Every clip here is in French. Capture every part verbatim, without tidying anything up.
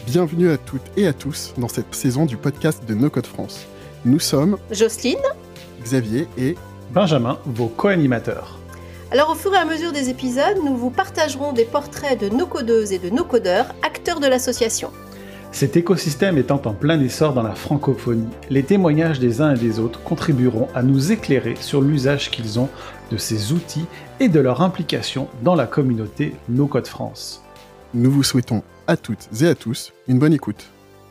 Bienvenue à toutes et à tous dans cette saison du podcast de No Code France. Nous sommes Jocelyne, Xavier et Benjamin, vos co-animateurs. Alors au fur et à mesure des épisodes, nous vous partagerons des portraits de nos codeuses et de nos codeurs, acteurs de l'association. Cet écosystème étant en plein essor dans la francophonie, les témoignages des uns et des autres contribueront à nous éclairer sur l'usage qu'ils ont de ces outils et de leur implication dans la communauté No Code France. Nous vous souhaitons à toutes et à tous une bonne écoute.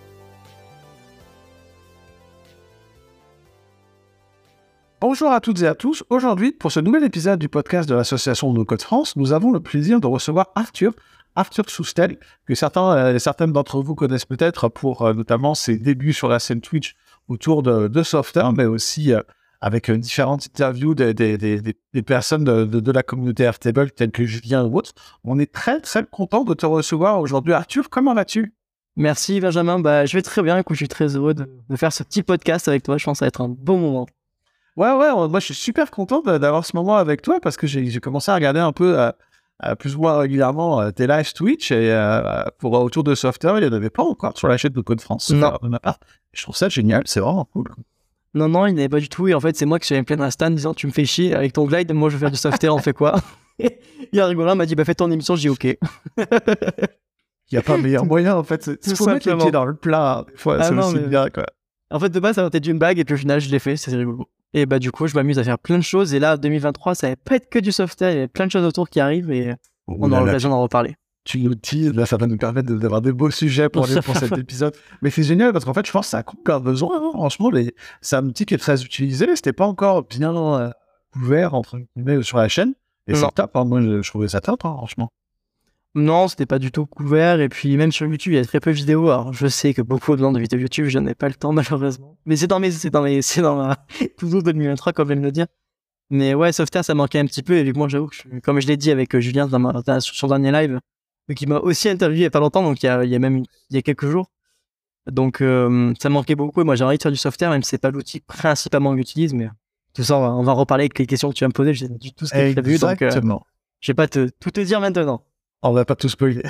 Bonjour à toutes et à tous. Aujourd'hui, pour ce nouvel épisode du podcast de l'association No Code France, nous avons le plaisir de recevoir Arthur, Arthur Soustelle, que certains, euh, certaines d'entre vous connaissent peut-être pour euh, notamment ses débuts sur la scène Twitch autour de, de Software, mais aussi euh, avec euh, différentes interviews des, des, des, des personnes de, de, de la communauté Airtable, telles que Julien ou autres. On est très, très content de te recevoir aujourd'hui. Arthur, comment vas-tu ? Merci Benjamin, bah, je vais très bien. Écoute, je suis très heureux de, de faire ce petit podcast avec toi. Je pense que ça va être un beau moment. Ouais, ouais, moi je suis super content d'avoir ce moment avec toi parce que j'ai, j'ai commencé à regarder un peu, euh, euh, plus ou moins régulièrement, euh, tes lives Twitch et euh, pour autour de Software, il n'y en avait pas encore sur la chaîne de Code France. Non. De ma part. Je trouve ça génial, c'est vraiment cool. Non, non, il n'y avait pas du tout. Et en fait, c'est moi qui suis allé me plaindre à Stan en disant tu me fais chier avec ton glide, moi je veux faire du Software, on fait quoi? Il a rigolé, il m'a dit bah fais ton émission, j'ai dit ok. Il n'y a pas meilleur moyen en fait, il faut mettre les pieds dans le plat, des fois, Ah c'est non, aussi mais- bien quoi. En fait, de base, ça partait d'une blague et puis au final, je l'ai fait, c'est rigolo. Et bah, du coup, je m'amuse à faire plein de choses. Et là, deux mille vingt-trois, ça va pas être que du Software, il y a plein de choses autour qui arrivent et on Ouh là aura là, l'occasion d'en reparler. tu nous teases, là ça va nous permettre de- d'avoir des beaux sujets pour, les, pour cet épisode. Mais c'est génial parce qu'en fait je pense que ça a encore besoin, hein. Franchement, les... c'est un outil qui est très utilisé, c'était pas encore bien euh, couvert entre guillemets sur la chaîne, et Mm. c'est top, hein. Moi je, je trouvais ça top, hein, franchement. Non, c'était pas du tout couvert. Et puis, même sur YouTube, il y a très peu de vidéos. Alors, je sais que beaucoup de gens de vidéos YouTube, je n'ai pas le temps, malheureusement. Mais c'est dans mes, c'est dans mes, c'est dans ma, toujours deux mille vingt-trois, comme je viens de le dire. Mais ouais, Software, ça manquait un petit peu. Et vu que moi, j'avoue que, je- comme je l'ai dit avec euh, Julien dans ma, dans- sur son dernier live, mais qui m'a aussi interviewé il y a pas longtemps, donc il y a, il y a même, une- il y a quelques jours. Donc, euh, ça manquait beaucoup. Et moi, j'ai envie de faire du Software, même si c'est pas l'outil principalement que j'utilise. Mais tout ça, on va, on va en reparler avec les questions que tu vas me poser. J'ai du tout ce qui est prévu. Donc, euh, Exactement. je vais pas te, tout te dire maintenant. On va pas tout spoiler.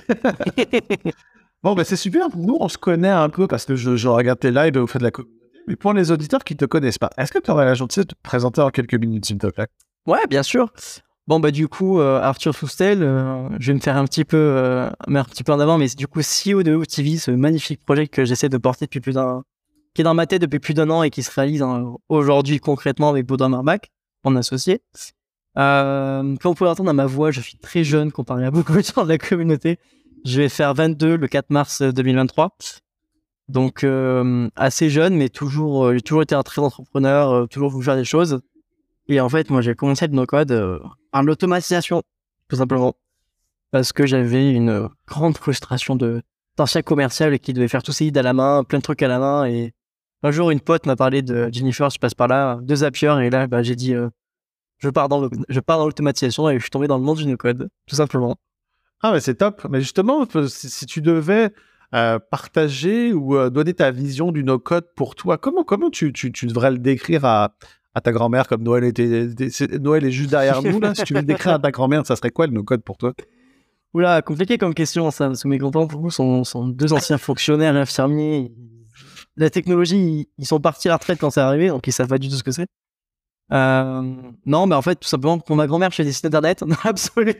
Bon, ben c'est super. Nous, on se connaît un peu parce que je, je regarde tes lives au fait de la communauté. Mais pour les auditeurs qui te connaissent pas, est-ce que tu aurais la gentillesse de te présenter en quelques minutes, s'il te plaît? Ouais, bien sûr. Bon, bah, du coup, euh, Arthur Soustelle, euh, je vais me faire un petit peu, euh, mais un petit peu en avant, mais c'est du coup C E O de O T V, ce magnifique projet que j'essaie de porter depuis plus d'un, qui est dans ma tête depuis plus d'un an et qui se réalise hein, aujourd'hui concrètement avec Baudouin Marbach, mon associé. Euh, comme vous pouvez l'entendre dans ma voix, je suis très jeune comparé à beaucoup de gens de la communauté. Je vais faire vingt-deux le quatre mars deux mille vingt-trois. Donc, euh, assez jeune, mais toujours, euh, j'ai toujours été un très entrepreneur, euh, toujours voulu faire des choses. Et en fait, moi, j'ai commencé le no-code euh, par l'automatisation, tout simplement. Parce que j'avais une euh, grande frustration de d'ancien commercial qui devait faire tous ses leads à la main, plein de trucs à la main. Et un jour, une pote m'a parlé de Jennifer, je passe par là, de Zapier. Et là, bah, j'ai dit, euh, je pars dans le, je pars dans l'automatisation et je suis tombé dans le monde du no-code, tout simplement. Ah, mais c'est top. Mais justement, si, si tu devais euh, partager ou euh, donner ta vision du no-code pour toi, comment, comment tu, tu, tu devrais le décrire à, à ta grand-mère, comme Noël, était, c'est- Noël est juste derrière nous, là. Si tu veux le décrire à ta grand-mère, ça serait quoi le no-code pour toi? Oula, compliqué comme question, ça, parce que mes grands-parents, pour vous, sont, sont deux anciens fonctionnaires infirmiers. La technologie, ils, ils sont partis à la retraite quand c'est arrivé, donc ils savent pas du tout ce que c'est. Euh, non, mais en fait, tout simplement, pour ma grand-mère, je fais des sites internet, dans l'absolu.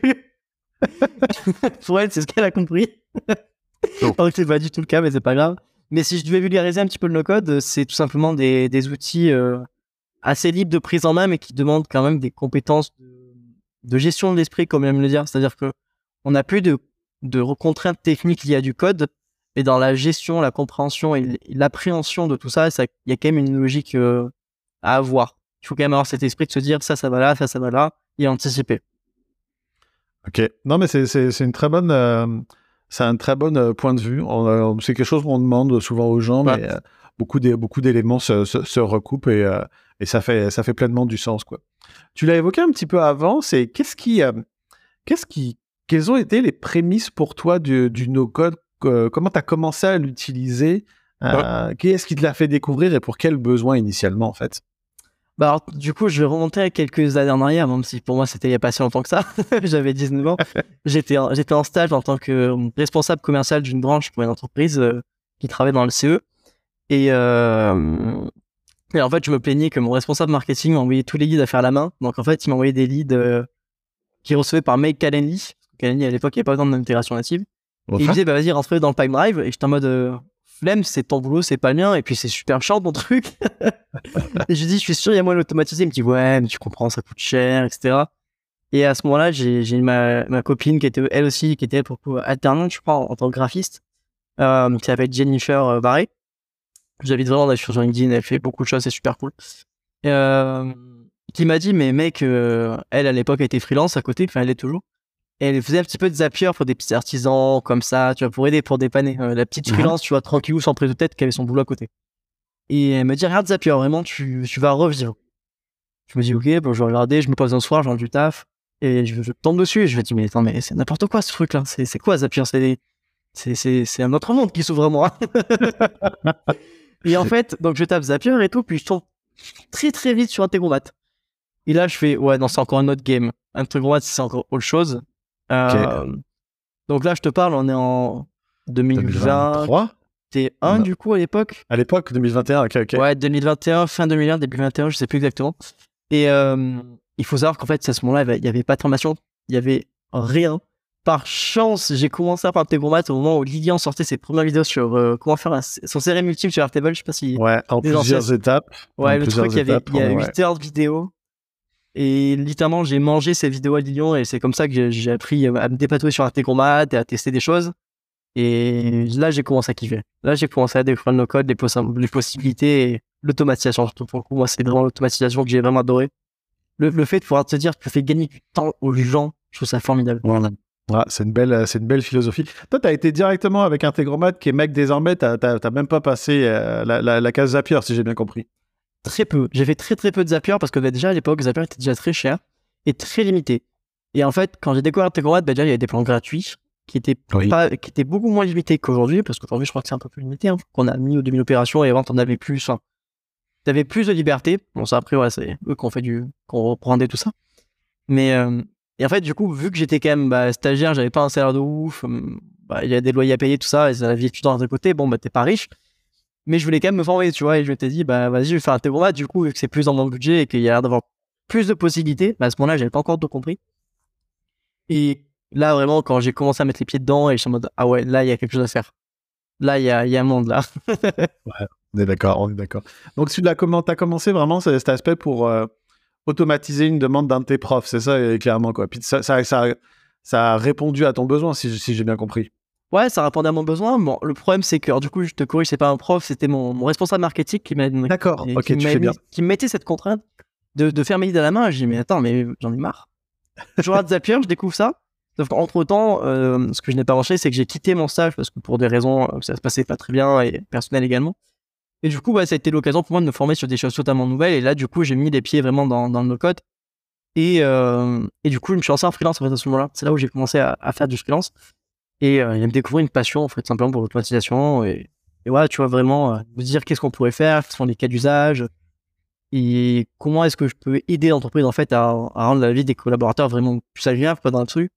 Pour elle, c'est ce qu'elle a compris. Oh. Alors que c'est pas du tout le cas, mais c'est pas grave. Mais si je devais vulgariser un petit peu le no-code, c'est tout simplement des, des outils euh, assez libres de prise en main, mais qui demandent quand même des compétences de, de gestion de l'esprit, comme aime le dire. C'est-à-dire que on n'a plus de, de contraintes techniques liées à du code, mais dans la gestion, la compréhension et l'appréhension de tout ça, ça- il y a quand même une logique euh, à avoir. Il faut quand même avoir cet esprit de se dire ça, ça va là, ça, ça va là, et anticiper. Ok. Non, mais c'est, c'est, c'est une très bonne, euh, c'est un très bon euh, point de vue. On, euh, c'est quelque chose qu'on demande souvent aux gens, Ouais. mais euh, beaucoup, d'é- beaucoup d'éléments se, se, se recoupent et, euh, et ça fait, ça fait pleinement du sens, quoi. Tu l'as évoqué un petit peu avant, c'est qu'est-ce qui, euh, qu'est-ce qui, quelles ont été les prémices pour toi du, du no-code? que- Comment tu as commencé à l'utiliser? Euh, Qui est-ce qui te l'a fait découvrir et pour quel besoin initialement, en fait? Bah alors, du coup, je vais remonter à quelques années en arrière, même si pour moi, c'était il n'y a pas si longtemps que ça. J'avais dix-neuf ans. J'étais en, j'étais en stage en tant que responsable commercial d'une branche pour une entreprise euh, qui travaille dans le C E. Et, euh, et en fait, je me plaignais que mon responsable marketing m'envoyait tous les leads à faire à la main. Donc, en fait, il m'envoyait des leads euh, qu'il recevait par mail Calendly. Calendly, à l'époque, il n'y avait pas autant d'intégration native. Enfin. Et il me disait, bah vas-y, rentre dans le Pipedrive. Et j'étais en mode... Euh, flemme, c'est ton boulot, c'est pas le mien, et puis c'est super chiant ton truc. Et je lui dis, je suis sûr, il y a moyen d'automatiser. Il me dit, ouais, mais tu comprends, ça coûte cher, et cetera. Et à ce moment-là, j'ai, j'ai ma, ma copine qui était elle aussi, qui était pour le coup alternante, je crois, en, en tant que graphiste, euh, qui s'appelle Jennifer euh, Barré. J'habite vraiment là, sur LinkedIn, elle fait beaucoup de choses, c'est super cool. Euh, qui m'a dit, mais mec, euh, elle à l'époque, elle était freelance à côté, enfin, elle est toujours. Et elle faisait un petit peu de Zapier pour des petits artisans, comme ça, tu vois, pour aider, pour dépanner. Euh, la petite freelance, mmh. tu vois, tranquillou, sans prise de tête, qui avait son boulot à côté. Et elle me dit, regarde Zapier, vraiment, tu, tu vas revivre. Je me dis, ok, bon, je vais regarder, je me pose un soir, j'ai du taf, et je, je tombe dessus, et je me dis, mais attends, mais c'est n'importe quoi ce truc-là, c'est, c'est quoi Zapier? C'est, c'est, c'est, c'est un autre monde qui s'ouvre à moi. Et en fait, donc je tape Zapier et tout, puis je tombe très très vite sur Integromat. Et là, je fais, ouais, non, c'est encore un autre game. Integromat, c'est encore autre chose. Euh, okay. Donc là, je te parle, on est en deux mille vingt-trois T'es un du coup à l'époque. À l'époque, deux mille vingt et un, ok, ok. Ouais, deux mille vingt et un, fin deux mille vingt, début vingt et un, je sais plus exactement. Et euh, il faut savoir qu'en fait, à ce moment-là, il n'y avait pas de formation, il n'y avait rien. Par chance, j'ai commencé à faire Integromat au moment où Lilian sortait ses premières vidéos sur euh, comment faire un, son C R M multiple sur Airtable. Je sais pas si. Ouais, en plusieurs anciennes... étapes. Ouais, en le truc, il y avait il y a huit heures de vidéos. Et littéralement, j'ai mangé ces vidéos à Lilian et c'est comme ça que j'ai, j'ai appris à me dépatouiller sur Integromat et à tester des choses. Et là, j'ai commencé à kiffer. Là, j'ai commencé à découvrir le code, les, poss- les possibilités et l'automatisation. Surtout pour le coup, moi, c'est vraiment l'automatisation que j'ai vraiment adoré. Le, le fait de pouvoir te dire que tu fais gagner du temps aux gens, je trouve ça formidable. Voilà. Ouais, c'est une belle, c'est une belle philosophie. Toi, tu as été directement avec Integromat, qui est mec désormais, tu n'as même pas passé euh, la, la, la case Zapier, si j'ai bien compris. Très peu. J'ai fait très très peu de Zapier parce que bah, déjà à l'époque, Zapier était déjà très cher et très limité. Et en fait, quand j'ai découvert Integromat, bah, déjà il y avait des plans gratuits qui étaient, oui. pas, qui étaient beaucoup moins limités qu'aujourd'hui, parce qu'aujourd'hui je crois que c'est un peu plus limité, hein, qu'on a mis aux deux mille opérations et avant t'en avais plus. Hein. T'avais plus de liberté. Bon, ça après, ouais, c'est eux qui ont fait du, qu'on reprendait tout ça. Mais euh, et en fait, du coup, vu que j'étais quand même bah, stagiaire, j'avais pas un salaire de ouf, bah, il y a des loyers à payer, tout ça, et ça la vie étudiante d'un côté, bon, bah t'es pas riche. Mais je voulais quand même me former, tu vois, et je m'étais dit, bah vas-y, je vais faire Integromat, du coup, vu que c'est plus dans mon budget et qu'il y a l'air d'avoir plus de possibilités, bah à ce moment-là, j'avais pas encore tout compris. Et là, vraiment, quand j'ai commencé à mettre les pieds dedans, et je suis en mode, ah ouais, là, il y a quelque chose à faire. Là, il y a, y a un monde, là. Ouais, on est d'accord, on est d'accord. Donc, tu as commencé vraiment cet aspect pour euh, automatiser une demande d'un de tes profs, c'est ça, clairement, quoi. Puis ça, ça, ça, ça a répondu à ton besoin, si, si j'ai bien compris. Ouais, ça répondait à mon besoin. Bon, le problème, c'est que, alors, du coup, je te corrige, c'est pas un prof, c'était mon, mon responsable marketing qui m'a, D'accord, qui, ok, qui tu m'a fais mis, bien. qui me mettait cette contrainte de, de faire mes leads à la main. J'ai dit, mais attends, mais j'en ai marre. Je regarde Zapier, je découvre ça. Sauf qu'entre temps, euh, ce que je n'ai pas enchaîné, c'est que j'ai quitté mon stage parce que pour des raisons, euh, ça se passait pas très bien et personnelles également. Et du coup, bah, ça a été l'occasion pour moi de me former sur des choses totalement nouvelles. Et là, du coup, j'ai mis les pieds vraiment dans, dans le no-code. Et, euh, et du coup, je me suis lancé en freelance en fait, à ce moment-là. C'est là où j'ai commencé à, à faire du freelance. Et euh, il me découvrir une passion, en fait, simplement pour l'automatisation. Et, et voilà, tu vois, vraiment, euh, me dire qu'est-ce qu'on pourrait faire, quels sont les cas d'usage, et comment est-ce que je peux aider l'entreprise, en fait, à, à rendre la vie des collaborateurs vraiment plus agréable, pas dans le truc.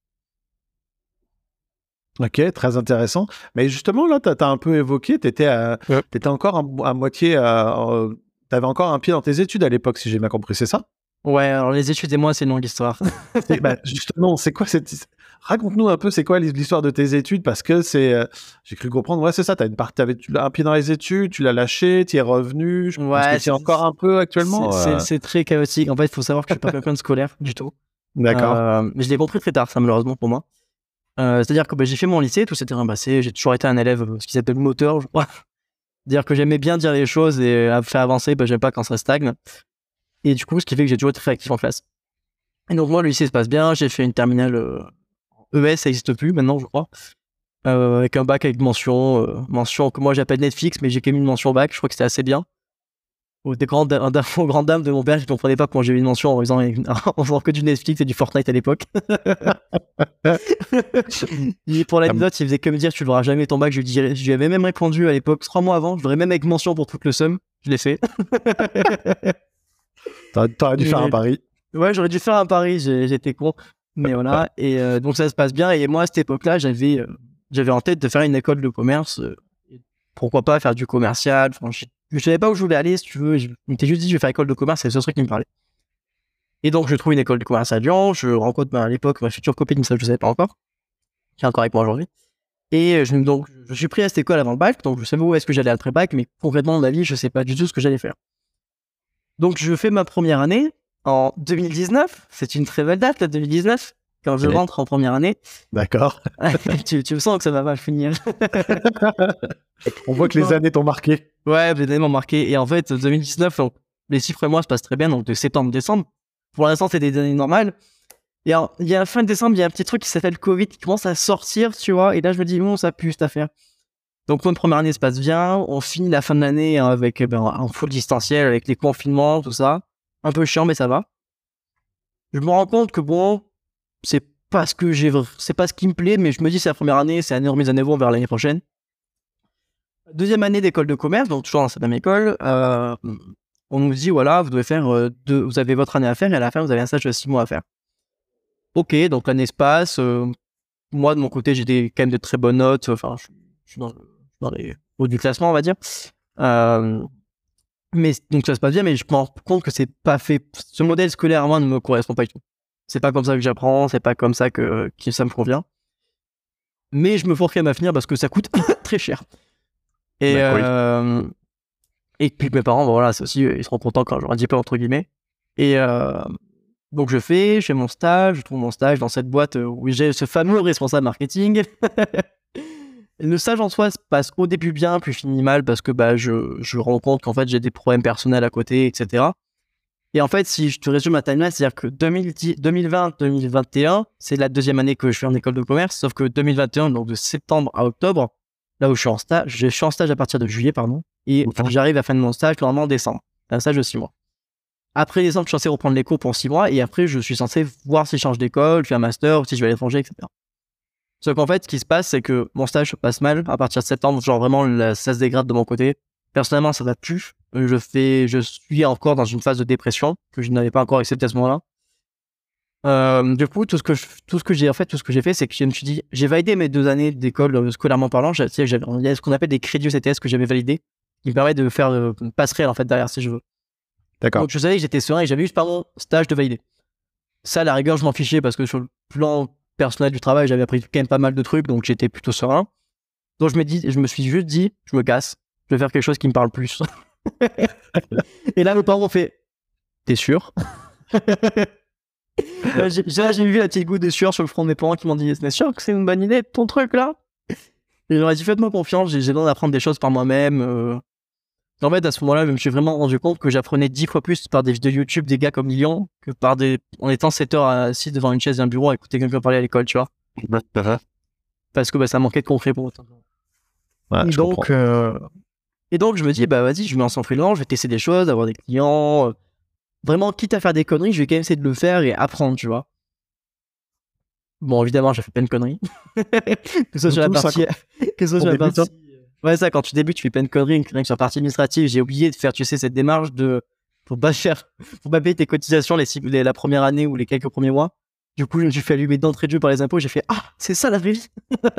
Ok, très intéressant. Mais justement, là, tu as un peu évoqué, tu étais ouais. encore à, à moitié, euh, tu avais encore un pied dans tes études à l'époque, si j'ai bien compris, c'est ça? Ouais, alors les études et moi, c'est une longue histoire. Et bah, justement, c'est quoi cette... Raconte-nous un peu, c'est quoi l'histoire de tes études? Parce que c'est... Euh, j'ai cru comprendre, ouais, c'est ça, tu as une partie, t'avais un pied dans les études, tu l'as lâché, tu y es revenu, je ouais, pense que tu es encore un peu actuellement. C'est, euh... c'est, c'est très chaotique. En fait, il faut savoir que je suis pas quelqu'un de scolaire du tout. D'accord. Euh, mais je l'ai compris très tard, ça, malheureusement, pour moi. Euh, c'est-à-dire que bah, j'ai fait mon lycée, tout s'était bien passé, j'ai toujours été un élève, euh, ce qui s'appelle moteur, je crois. C'est-à-dire que j'aimais bien dire les choses et à faire avancer, bah, j'aime pas quand ça stagne. Et du coup, ce qui fait que j'ai toujours été très actif en classe. Et donc moi, le lycée se passe bien, j'ai fait une terminale euh, E S, ça n'existe plus maintenant, je crois, euh, avec un bac avec mention, euh, mention que moi j'appelle Netflix, mais j'ai quand même une mention bac, je crois que c'était assez bien. Aux grandes, aux grandes dames de mon père, je ne comprenais pas comment j'ai eu une mention en faisant, en faisant que du Netflix et du Fortnite à l'époque. Et pour l'anecdote, il faisait que me dire, tu ne l'auras jamais ton bac. Je lui, dirais, je lui avais même répondu à l'époque, trois mois avant, je l'aurais même avec mention pour toute le somme. Je l'ai fait. T'aurais, t'aurais dû Mais- faire un pari. Ouais, j'aurais dû faire un pari, j'ai- j'étais con. Mais voilà, et euh, donc ça se passe bien. Et moi, à cette époque-là, j'avais, euh, j'avais en tête de faire une école de commerce. euh, et pourquoi pas faire du commercial. Enfin, je, je savais pas où je voulais aller, si tu veux. Je m'étais juste dit, je vais faire école de commerce, c'est ce truc qui me parlait. Et donc, je trouve une école de commerce à Lyon. Je rencontre bah, à l'époque ma future copine, ça je ne savais pas encore, qui est encore avec moi aujourd'hui. Et euh, je, donc, je suis pris à cette école avant le bac, donc je savais où est-ce que j'allais après le bac, mais concrètement, dans ma vie, je sais pas du tout ce que j'allais faire. Donc, je fais ma première année en deux mille dix-neuf. C'est une très belle date, la deux mille dix-neuf, quand je Ouais. rentre en première année. D'accord. tu, tu sens que ça va mal finir. On voit que les années t'ont marqué. Ouais, j'ai tellement marqué. Et en fait, deux mille dix-neuf, donc, les chiffres et moi se passent très bien, donc de septembre, décembre. Pour l'instant, c'est des années normales. Et alors, il y a fin décembre, il y a un petit truc qui s'appelle Covid qui commence à sortir, tu vois. Et là, je me dis, bon, ça pue cette affaire. Donc, notre première année se passe bien. On finit la fin de l'année avec eh ben, un full distanciel, avec les confinements, tout ça. Un peu chiant, mais ça va. Je me rends compte que bon, c'est pas ce que j'ai, c'est pas ce qui me plaît, mais je me dis, c'est la première année, c'est une remise à niveau vers l'année prochaine. Deuxième année d'école de commerce, donc toujours dans cette même école, euh, on nous dit, voilà, vous devez faire euh, deux, vous avez votre année à faire, et à la fin, vous avez un stage de six mois à faire. Ok, donc l'année se passe. euh, moi, de mon côté, j'ai des, quand même de très bonnes notes. Enfin, je, je suis dans, le, dans les hauts du classement, on va dire. Euh, mais donc ça se passe bien, mais je me rends compte que c'est pas fait. Ce modèle scolaire, moi, ne me correspond pas du tout. C'est pas comme ça que j'apprends, c'est pas comme ça que, que ça me convient. Mais je me force quand même à finir parce que ça coûte très cher. Et, Bah, oui. euh, et puis mes parents, bon, voilà, c'est aussi, ils seront contents quand j'aurai un diplôme, entre guillemets. Et euh, donc je fais, je fais mon stage, je trouve mon stage dans cette boîte où j'ai ce fameux responsable marketing. Le stage en soi se passe au début bien, puis finit mal parce que bah, je, je rends compte qu'en fait j'ai des problèmes personnels à côté, et cetera. Et en fait, si je te résume ma timeline, c'est-à-dire que deux mille dix, deux mille vingt, deux mille vingt et un, c'est la deuxième année que je suis en école de commerce, sauf que deux mille vingt et un, donc de septembre à octobre, là où je suis en stage, je suis en stage à partir de juillet, pardon, et Mhm. j'arrive à la fin de mon stage, normalement en décembre, un stage de six mois. Après décembre, je suis censé reprendre les cours pour six mois, et après, je suis censé voir si je change d'école, je fais un master, ou si je vais à l'étranger, et cetera. Sauf qu'en fait, ce qui se passe, c'est que mon stage se passe mal à partir de septembre, genre vraiment, la- ça se dégrade de mon côté. Personnellement, ça va plus. Je fais, je suis encore dans une phase de dépression que je n'avais pas encore accepté à ce moment-là. Euh, du coup, tout ce que je, tout ce que j'ai en fait, tout ce que j'ai fait, c'est que je me suis dit, j'ai validé mes deux années d'école euh, scolairement parlant. J'ai, tu sais, j'avais, il y a ce qu'on appelle des crédits C T S que j'avais validés, qui me permettent de faire euh, une passerelle en fait derrière si je veux. D'accord. Donc je savais que j'étais serein et j'avais juste par mon stage de valider. Ça, à la rigueur, je m'en fichais parce que sur le plan personnel du travail, j'avais appris quand même pas mal de trucs, donc j'étais plutôt serein. Donc je me dis, je me suis juste dit, je me casse, je vais faire quelque chose qui me parle plus. Et là, mes parents ont fait, t'es sûr? Là, j'ai, là, j'ai vu la petite goutte de sueur sur le front de mes parents qui m'ont dit, c'est sûr que c'est une bonne idée ton truc là? Et j'aurais dit, faites-moi confiance, j'ai, j'ai besoin d'apprendre des choses par moi-même. euh. En fait, à ce moment-là, je me suis vraiment rendu compte que j'apprenais dix fois plus par des vidéos YouTube des gars comme Lyon que par des, en étant sept heures assis devant une chaise et un bureau à écouter quelqu'un parler à l'école, tu vois. Parce que bah, ça manquait de concret pour autant. Ouais, je donc, comprends. euh, et donc, je me dis, bah vas-y, je me lance en freelance, je vais tester des choses, avoir des clients. euh, Vraiment, quitte à faire des conneries, je vais quand même essayer de le faire et apprendre, tu vois. Bon, évidemment, j'ai fait plein de conneries. que ce soit sur la Tout ça, partie. que ce soit sur la débute, partie. Ouais, ça, quand tu débutes, tu fais plein de conneries. Rien que sur la partie administrative, j'ai oublié de faire, tu sais, cette démarche de. Faut pas faire. Faut pas payer tes cotisations les, six- les- la première année ou les quelques premiers mois. Du coup, je me suis fait allumer d'entrée de jeu par les impôts. J'ai fait, ah, c'est ça la vraie vie.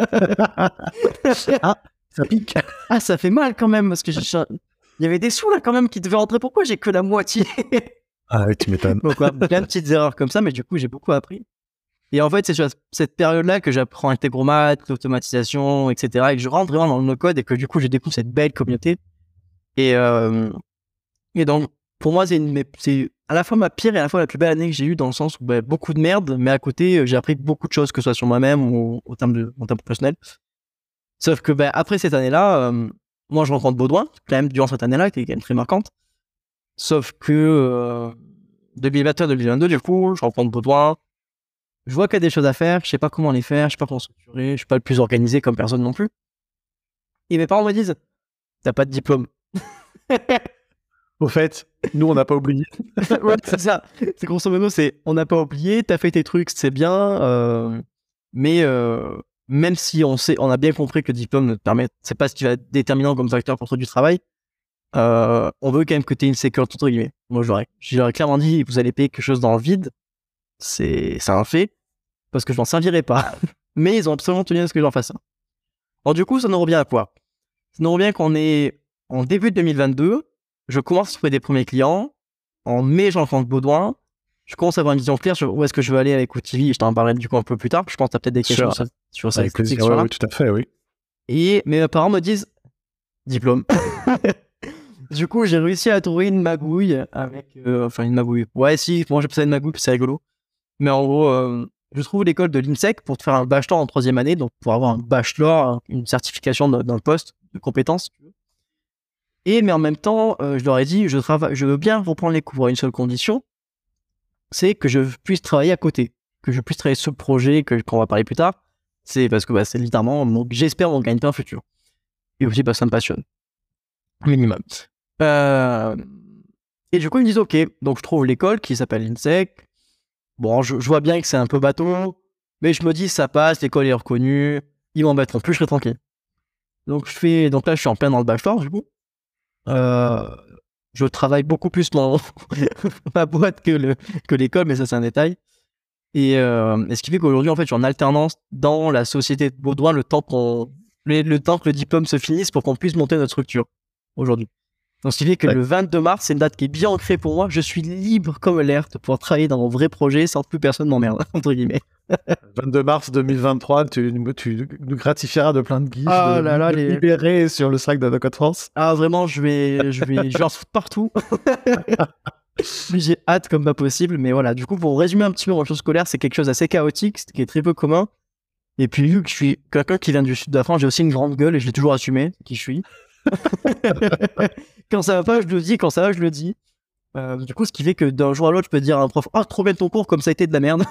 Ah, ça pique. Ah, ça fait mal quand même, parce que j'ai- il y avait des sous là quand même qui devaient rentrer. Pourquoi j'ai que la moitié? Ah oui, tu m'étonnes. Donc, ouais, plein de petites erreurs comme ça, mais du coup, j'ai beaucoup appris. Et en fait, c'est sur cette période-là que j'apprends Integromat, l'automatisation, et cetera. Et que je rentre vraiment dans le no-code et que du coup, je découvre cette belle communauté. Et, euh, et donc, pour moi, c'est, une, mais c'est à la fois ma pire et à la fois la plus belle année que j'ai eue dans le sens où bah, beaucoup de merde, mais à côté, euh, j'ai appris beaucoup de choses, que ce soit sur moi-même ou au terme de mon terme professionnel. Sauf que bah, après cette année-là, euh, moi, je rencontre Baudouin, quand même, durant cette année-là, qui est quand même très marquante. Sauf que euh, deux mille vingt et un deux mille vingt-deux, du coup, je rencontre Baudouin. Je vois qu'il y a des choses à faire, je sais pas comment les faire, je sais pas comment structurer, je suis pas le plus organisé comme personne non plus. Et mes parents me disent, t'as pas de diplôme. Au fait, nous, on n'a pas oublié. Ouais, c'est ça. C'est grosso modo, c'est, on n'a pas oublié, t'as fait tes trucs, c'est bien, euh, mais euh, même si on sait, on a bien compris que le diplôme ne te permet, c'est pas ce qui va être déterminant comme facteur pour trouver du travail, euh, on veut quand même que tu aies une sécurité entre guillemets. Moi, j'aurais, j'aurais clairement dit, vous allez payer quelque chose dans le vide, c'est, c'est un fait, parce que je m'en servirai pas. Mais ils ont absolument tenu à ce que j'en fasse ça. Alors du coup, ça nous revient à quoi? Ça nous revient qu'on est en début deux mille vingt-deux, je commence à trouver des premiers clients, en mai, Jean-François Baudouin, je commence à avoir une vision claire sur où est-ce que je veux aller avec O T V, je t'en parlerai du coup un peu plus tard, je pense que tu as peut-être des questions sur, sur cette section-là. Oui, tout à fait, oui. Et mes parents me disent, diplôme. Du coup, j'ai réussi à trouver une magouille avec... Euh, enfin, une magouille. Ouais, si, moi j'appelle ça une magouille, puis c'est rigolo. Mais en gros, euh, je trouve l'école de l'INSEC pour te faire un bachelor en troisième année, donc pour avoir un bachelor, une certification dans le poste de compétences. Et mais en même temps, euh, je leur ai dit, je, travaille, je veux bien reprendre les cours à une seule condition, c'est que je puisse travailler à côté, que je puisse travailler sur le projet, que, qu'on va parler plus tard. C'est parce que bah, c'est littéralement, mon, j'espère, mon gagne-pain futur. Et aussi, bah, ça me passionne. Minimum. Euh... Et du coup, ils me disent, ok, donc je trouve l'école qui s'appelle l'INSEC. Bon, je, je vois bien que c'est un peu bateau, mais je me dis, ça passe, l'école est reconnue, ils m'embêteront plus, je serai tranquille. Donc, je fais, donc là, je suis en plein dans le bachelor, du coup. Euh... Je travaille beaucoup plus mon... ma boîte que, le... que l'école, mais ça, c'est un détail. Et, euh... et ce qui fait qu'aujourd'hui, en fait, je suis en alternance dans la société de Baudouin le temps, qu'on... le, le temps que le diplôme se finisse pour qu'on puisse monter notre structure aujourd'hui. Donc, ce qui fait que ouais. Le vingt-deux mars, c'est une date qui est bien ancrée pour moi. Je suis libre comme l'air de pouvoir travailler dans mon vrai projet sans que plus personne m'emmerde, entre guillemets. vingt-deux mars deux mille vingt-trois, tu, tu nous gratifieras de plein de guiches, ah de, là là, de les... libérés sur le Slack de No Code France. Ah, vraiment, je vais, je vais, je vais en foutre partout. J'ai hâte comme pas possible. Mais voilà, du coup, pour résumer un petit peu mon chose scolaire, c'est quelque chose d'assez chaotique, ce qui est très peu commun. Et puis, vu que je suis quelqu'un qui vient du sud de la France, j'ai aussi une grande gueule et je l'ai toujours assumé, qui je suis. Quand ça va pas, je le dis, quand ça va, je le dis. Euh, du coup, ce qui fait que d'un jour à l'autre, je peux dire à un prof, ah, oh, trop bien ton cours, comme ça a été de la merde.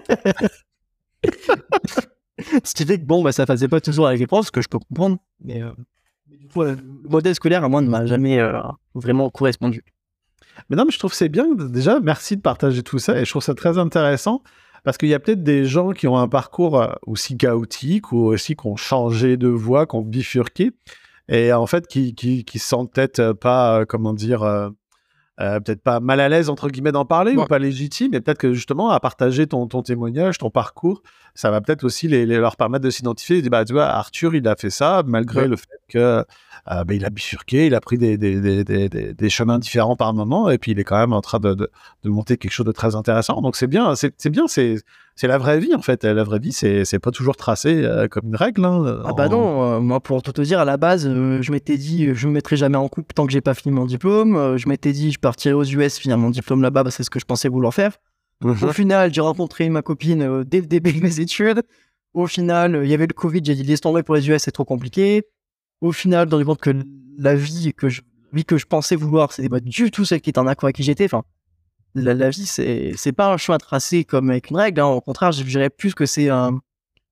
Ce qui fait que bon, bah, ça faisait pas toujours avec les profs, ce que je peux comprendre. Mais, euh, mais du coup, euh, le modèle scolaire, à moi, ne m'a jamais euh, vraiment correspondu. Mais non, mais je trouve que c'est bien. Déjà, merci de partager tout ça et je trouve ça très intéressant. Parce qu'il y a peut-être des gens qui ont un parcours aussi chaotique ou aussi qui ont changé de voie, qui ont bifurqué. Et en fait, qui, qui, qui se sentent peut-être pas, euh, comment dire, euh, euh, peut-être pas mal à l'aise, entre guillemets, d'en parler, ouais. Ou pas légitime, mais peut-être que justement, à partager ton, ton témoignage, ton parcours, ça va peut-être aussi les, les, leur permettre de s'identifier. Et dire, bah, tu vois, Arthur, il a fait ça, malgré ouais. le fait que euh, bah, il a bifurqué, il a pris des, des, des, des, des, des chemins différents par moment, et puis il est quand même en train de, de, de monter quelque chose de très intéressant. Donc c'est bien, c'est, c'est bien, c'est... C'est la vraie vie, en fait. La vraie vie, c'est, c'est pas toujours tracé euh, comme une règle. Hein, ah bah non, euh, moi, pour tout te dire, à la base, euh, je m'étais dit, je me mettrai jamais en couple tant que j'ai pas fini mon diplôme. Euh, je m'étais dit, je partirai aux U S finir mon diplôme là-bas, bah, c'est ce que je pensais vouloir faire. Mm-hmm. Au final, j'ai rencontré ma copine euh, dès le début de mes études. Au final, il euh, y avait le Covid, j'ai dit, laisse tomber pour les U S, c'est trop compliqué. Au final, dans le compte que la vie que je, vie que je pensais vouloir, c'était pas du tout celle qui était en accord avec qui j'étais. Enfin, La, la vie, c'est, c'est pas un chemin tracé comme avec une règle. Hein. Au contraire, je dirais plus que c'est un,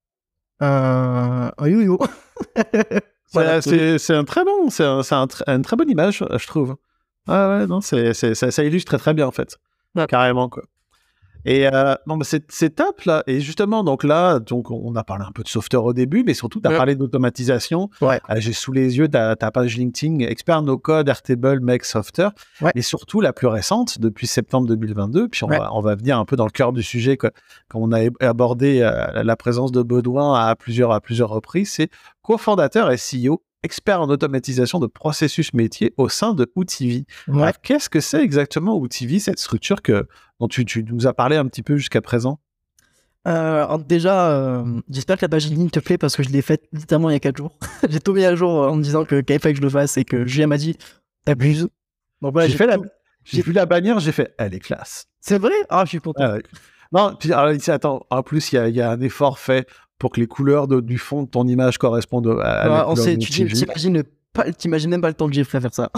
un, un yo-yo. Voilà, c'est, c'est, c'est un très bon, c'est, un, c'est un, une très bonne image, je trouve. Ah ouais, non, c'est, c'est, ça, ça illustre très, très bien en fait, ouais. Carrément quoi. Et euh, bon, bah c'est, c'est top là. Et justement, donc là, donc on a parlé un peu de software au début, mais surtout, tu as ouais. parlé d'automatisation. Ouais. Euh, j'ai sous les yeux ta, ta page LinkedIn, expert no code, Airtable, Make Software. Ouais. Et surtout, la plus récente, depuis septembre deux mille vingt-deux. Puis on, ouais. va, on va venir un peu dans le cœur du sujet, quoi, quand on a abordé euh, la présence de Baudouin à plusieurs, à plusieurs reprises. C'est cofondateur et C E O, expert en automatisation de processus métiers au sein de O T V. Ouais. Alors, qu'est-ce que c'est exactement O T V, cette structure que, dont tu, tu nous as parlé un petit peu jusqu'à présent? euh, alors Déjà, euh, j'espère que la page LinkedIn te plaît parce que je l'ai faite littéralement il y a quatre jours. J'ai tout mis à jour en me disant que qu'il fallait que je le fasse et que Julien m'a dit t'abuses. Donc voilà, j'ai, j'ai, fait tout... la... j'ai vu la bannière, j'ai fait elle est classe. C'est vrai? Ah, je suis content. Ah, ouais. Non, puis alors, ici, attends, en plus, il y a, y a un effort fait pour que les couleurs de, du fond de ton image correspondent à, ouais, on sait, tu t'imagines, pas, t'imagines même pas le temps que j'ai fait à faire ça.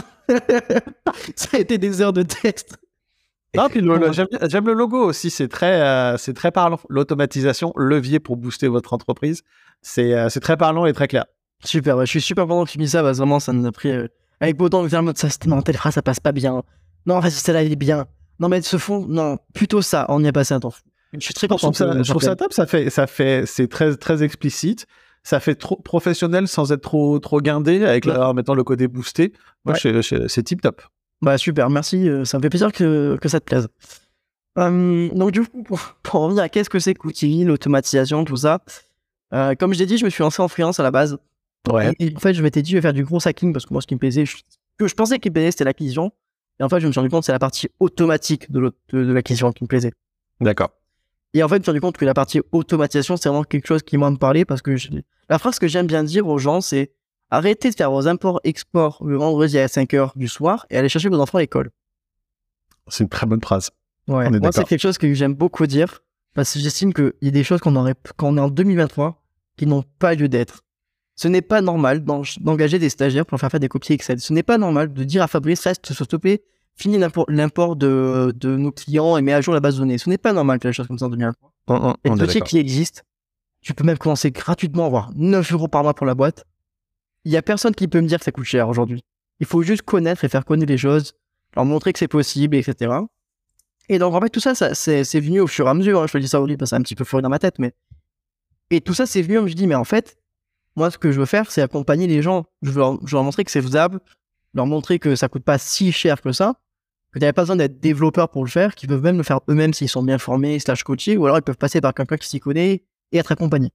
Ça a été des heures de texte. Non, puis le, le, j'aime, j'aime le logo aussi, c'est très, euh, c'est très parlant. L'automatisation, levier pour booster votre entreprise, c'est, euh, c'est très parlant et très clair. Super, ouais, je suis super content que tu me dises ça, parce que vraiment, ça nous a pris... Euh, avec Baudouin, on mode ça, non, telle phrase, ça passe pas bien. Non, vas-y, celle-là, elle est bien. Non, mais ce fond, non, plutôt ça, on y a passé un temps. Je suis très content. Je trouve ça, je trouve ça top, ça fait, ça fait, c'est très, très explicite. ça fait trop professionnel sans être trop, trop guindé, avec Ouais. la, en mettant le côté boosté. Moi, Ouais. je- je- c'est tip top. Bah super, merci, euh, ça me fait plaisir que, que ça te plaise. Euh, donc du coup, pour, pour revenir à qu'est-ce que c'est que Outili, l'automatisation, tout ça, euh, comme je l'ai dit, je me suis lancé en freelance à la base. Ouais. Et, et en fait, je m'étais dit, je vais faire du gros hacking parce que moi, ce qui me plaisait, je, que je pensais qu'il me plaisait, c'était l'acquisition. Et en fait, je me suis rendu compte que c'est la partie automatique de, l'au- de, de l'acquisition qui me plaisait. D'accord. Et en fait, je me suis rendu compte que la partie automatisation, c'est vraiment quelque chose qui moi me parlait parce que je- la phrase que j'aime bien dire aux gens, c'est arrêtez de faire vos imports-exports le vendredi à cinq heures du soir et allez chercher vos enfants à l'école. C'est une très bonne phrase. Ouais. On est Moi, d'accord. c'est quelque chose que j'aime beaucoup dire parce que j'estime qu'il y a des choses qu'on aurait, quand on est en deux mille vingt-trois qui n'ont pas lieu d'être. Ce n'est pas normal d'en- d'engager des stagiaires pour leur faire faire des copies Excel. Ce n'est pas normal de dire à Fabrice, reste, s'il te plaît, finis l'import, l'import de, de nos clients et mets à jour la base de données. Ce n'est pas normal de faire des choses comme ça en deux mille vingt-trois. On, on- Il y a on des est outils d'accord. qui existent. Tu peux même commencer gratuitement, avoir neuf euros par mois pour la boîte. Il y a personne qui peut me dire que ça coûte cher aujourd'hui. Il faut juste connaître et faire connaître les choses, leur montrer que c'est possible, et cetera. Et donc, en fait, tout ça, ça c'est, c'est venu au fur et à mesure. hein. Je te dis ça aujourd'hui parce que c'est un petit peu fleuri dans ma tête, mais. Et tout ça, c'est venu, je me dis, mais en fait, moi, ce que je veux faire, c'est accompagner les gens. Je veux leur, je veux leur montrer que c'est faisable, leur montrer que ça coûte pas si cher que ça, que tu n'avais pas besoin d'être développeur pour le faire, qu'ils peuvent même le faire eux-mêmes s'ils sont bien formés, slash coachés, ou alors ils peuvent passer par quelqu'un qui s'y connaît et être accompagné.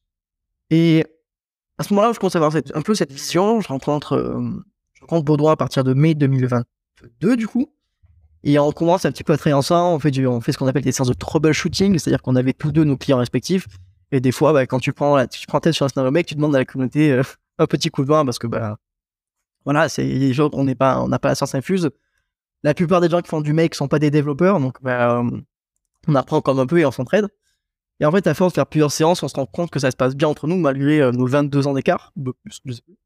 Et à ce moment-là, je commence à avoir cette- un peu cette vision. Je rencontre, euh, je rencontre Baudouin à partir de mai deux mille vingt-deux, du coup. Et on commence un petit peu à travailler ensemble. On fait, du, on fait ce qu'on appelle des séances de troubleshooting, c'est-à-dire qu'on avait tous deux nos clients respectifs. Et des fois, bah, quand tu prends, la, tu prends tête sur un scénario mec, tu demandes à la communauté euh, un petit coup de main parce que, bah, voilà, c'est les gens, on n'est pas, on n'a pas la science infuse. La plupart des gens qui font du make sont pas des développeurs, donc bah, euh, on apprend comme un peu et on s'entraide. Et en fait, à force de faire plusieurs séances, on se rend compte que ça se passe bien entre nous, malgré euh, nos vingt-deux ans d'écart. Un peu plus, je sais plus.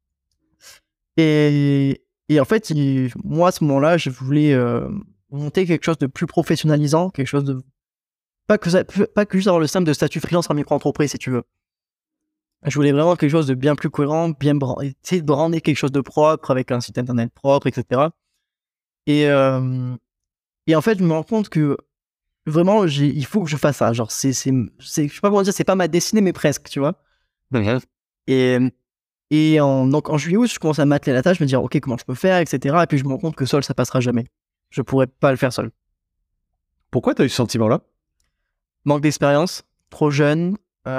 Et, et en fait, il- moi, à ce moment-là, je voulais euh, monter quelque chose de plus professionnalisant, quelque chose de... Pas que, ça, pas que juste avoir le simple de statut freelance en micro-entreprise, si tu veux. Je voulais vraiment quelque chose de bien plus cohérent, bien bran- essayer de brander quelque chose de propre, avec un site internet propre, et cetera. Et, euh, et en fait, je me rends compte que vraiment, j'ai, il faut que je fasse ça. Genre, c'est, c'est, c'est, je sais pas comment dire, c'est pas ma destinée, mais presque, tu vois. Et, et en, donc, en juillet, août, je commence à m'atteler à la tâche, me dire, ok, comment je peux faire, et cetera. Et puis, je me rends compte que seul, ça passera jamais. Je pourrais pas le faire seul. Pourquoi tu as eu ce sentiment-là? Manque d'expérience, trop jeune,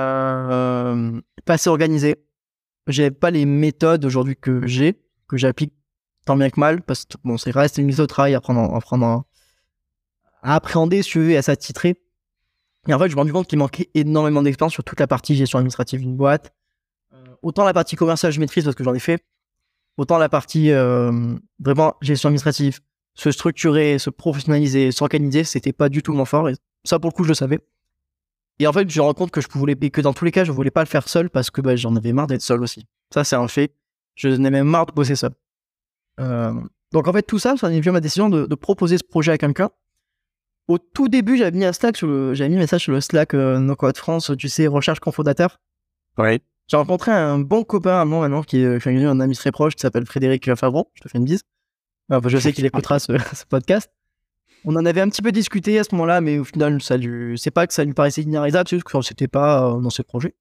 euh, pas assez organisé. J'avais pas les méthodes aujourd'hui que j'ai, que j'applique tant bien que mal, parce que bon, c'est reste une mise au travail à prendre, en- à prendre en- à appréhender, si tu veux, et à s'attitrer. Et en fait, je me suis rendu compte qu'il manquait énormément d'expérience sur toute la partie gestion administrative d'une boîte. Euh, autant la partie commerciale, je maîtrise parce que j'en ai fait. Autant la partie euh, vraiment gestion administrative, se structurer, se professionnaliser, s'organiser, c'était pas du tout mon fort. Et ça, pour le coup, je le savais. Et en fait, je me rends compte que je pouvais, que dans tous les cas, je voulais pas le faire seul parce que bah, j'en avais marre d'être seul aussi. Ça, c'est un fait. Je n'ai même marre de bosser seul. Euh, donc en fait, tout ça, ça a vu ma décision de, de proposer ce projet à quelqu'un. Au tout début, j'avais mis un Slack sur le, j'avais mis un message sur le Slack euh, No Code France, tu sais, recherche cofondateur. Oui. J'ai rencontré un bon copain à moi maintenant, qui est, qui est un ami très proche, qui s'appelle Frédéric Favron. Je te fais une bise. Enfin, je sais qu'il écoutera ce, ce podcast. On en avait un petit peu discuté à ce moment-là, mais au final, ça lui, c'est pas que ça lui paraissait inarrêtable, c'est juste que c'était pas euh, dans ce projet.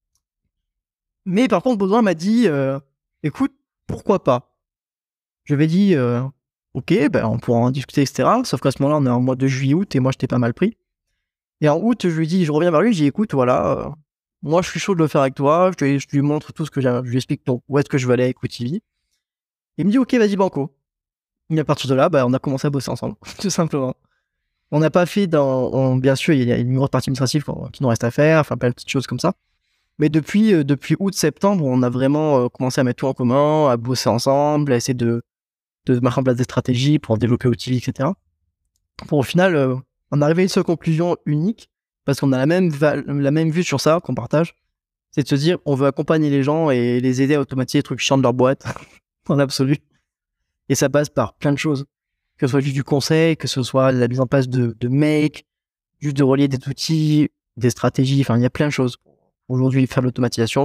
Mais par contre, Baudouin m'a dit, euh, écoute, pourquoi pas? Je lui ai dit, euh, ok, ben on pourra en discuter, et cetera. Sauf qu'à ce moment-là, on est en mois de juillet-août et moi, j'étais pas mal pris. Et en août, je lui dis, je reviens vers lui, je dis, écoute, voilà, euh, moi, je suis chaud de le faire avec toi. Je lui, je lui montre tout ce que j'ai, je lui explique donc, où est-ce que je veux aller avec Outili. Il me dit, ok, vas-y, banco. Et à partir de là, bah, on a commencé à bosser ensemble, tout simplement. On n'a pas fait dans, on- bien sûr, il y a une grosse partie administrative qu'on- qui nous reste à faire, enfin plein de petites choses comme ça. Mais depuis, euh, depuis août-septembre, on a vraiment euh, commencé à mettre tout en commun, à bosser ensemble, à essayer de, de mettre en place des stratégies pour développer Outili, et cetera. Pour au final, euh, on arrive à une seule conclusion unique, parce qu'on a la même, val- la même vue sur ça qu'on partage, c'est de se dire, on veut accompagner les gens et les aider à automatiser les trucs chiants de leur boîte, en absolu. Et ça passe par plein de choses. Que ce soit juste du conseil, que ce soit la mise en place de, de make, juste de relier des outils, des stratégies, enfin, il y a plein de choses. Aujourd'hui, faire de l'automatisation.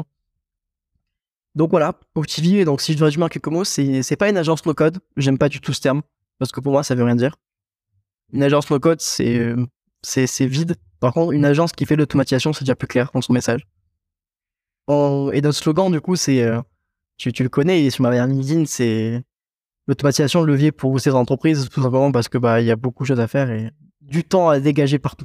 Donc voilà, Outili, donc si je dois résumer en quelques mots, c'est, c'est pas une agence no-code. J'aime pas du tout ce terme, parce que pour moi, ça veut rien dire. Une agence no-code, c'est, euh, c'est, c'est vide. Par contre, une agence qui fait de l'automatisation, c'est déjà plus clair dans son message. on... et notre slogan, du coup, c'est, euh, tu, tu le connais, il est sur ma dernière LinkedIn, c'est l'automatisation, le levier pour ces entreprises, tout simplement parce que bah, il y a beaucoup de choses à faire et du temps à dégager partout.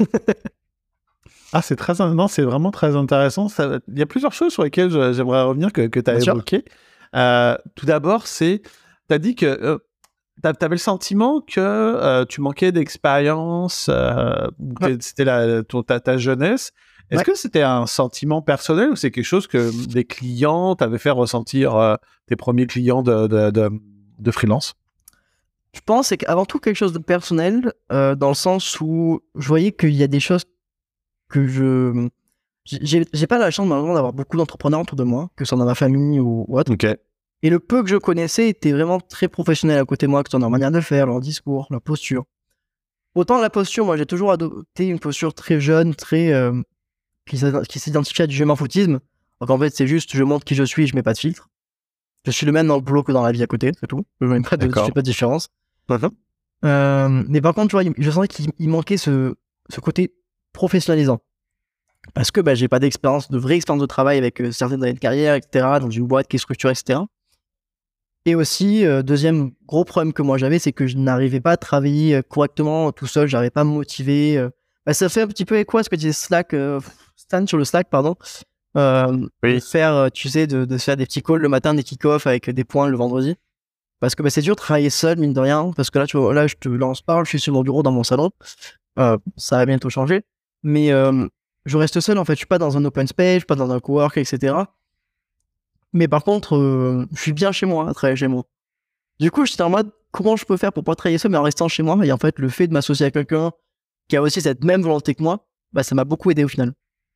Ah, c'est très, non, c'est vraiment très intéressant. Ça, il y a plusieurs choses sur lesquelles je, j'aimerais revenir que, que tu as évoquées. Euh, tout d'abord, c'est, tu as dit que euh, tu avais le sentiment que euh, tu manquais d'expérience, euh, ouais. C'était la, ton, ta, ta jeunesse. Est-ce ouais. que c'était un sentiment personnel ou c'est quelque chose que des clients t'avaient fait ressentir, euh, tes premiers clients de, de, de, de freelance? Je pense que c'est avant tout quelque chose de personnel, euh, dans le sens où je voyais qu'il y a des choses que je... J'ai, j'ai pas la chance malheureusement d'avoir beaucoup d'entrepreneurs autour de moi, que ce soit dans ma famille ou, ou autre. Okay. Et le peu que je connaissais était vraiment très professionnel à côté de moi, que ce soit dans leur manière de faire, leur discours, leur posture. Autant la posture, moi j'ai toujours adopté une posture très jeune, très... Euh, qui, qui s'identifie à du je m'en foutisme. Donc en fait c'est juste, je montre qui je suis, je mets pas de filtre. Je suis le même dans le boulot que dans la vie à côté, c'est tout. Je ne fais pas de différence. Uh-huh. Euh, mais par contre, tu vois, je sentais qu'il manquait ce, ce côté professionnalisant. Parce que bah, j'ai pas d'expérience, de vraie expérience de travail avec euh, certaines années de carrière, et cetera, dans une boîte qui est structurée, et cetera. Et aussi, euh, deuxième gros problème que moi j'avais, c'est que je n'arrivais pas à travailler correctement tout seul, j'arrivais pas à me motiver. Euh... Bah, ça fait un petit peu écho à ce que disait Slack, euh, Stan sur le Slack, pardon. Euh, oui. de faire, tu sais, de, de faire des petits calls le matin, des kick-offs avec des points le vendredi. Parce que bah, c'est dur de travailler seul, mine de rien. Parce que là, tu vois, là, je te lance parle, je suis sur mon bureau dans mon salon. Euh, ça va bientôt changer. Mais euh, je reste seul, en fait. Je suis pas dans un open space, je suis pas dans un cowork, et cetera. Mais par contre, euh, je suis bien chez moi, à travailler chez moi. Du coup, j'étais en mode, comment je peux faire pour pas travailler seul, mais en restant chez moi? Et en fait, le fait de m'associer à quelqu'un qui a aussi cette même volonté que moi, bah, ça m'a beaucoup aidé au final.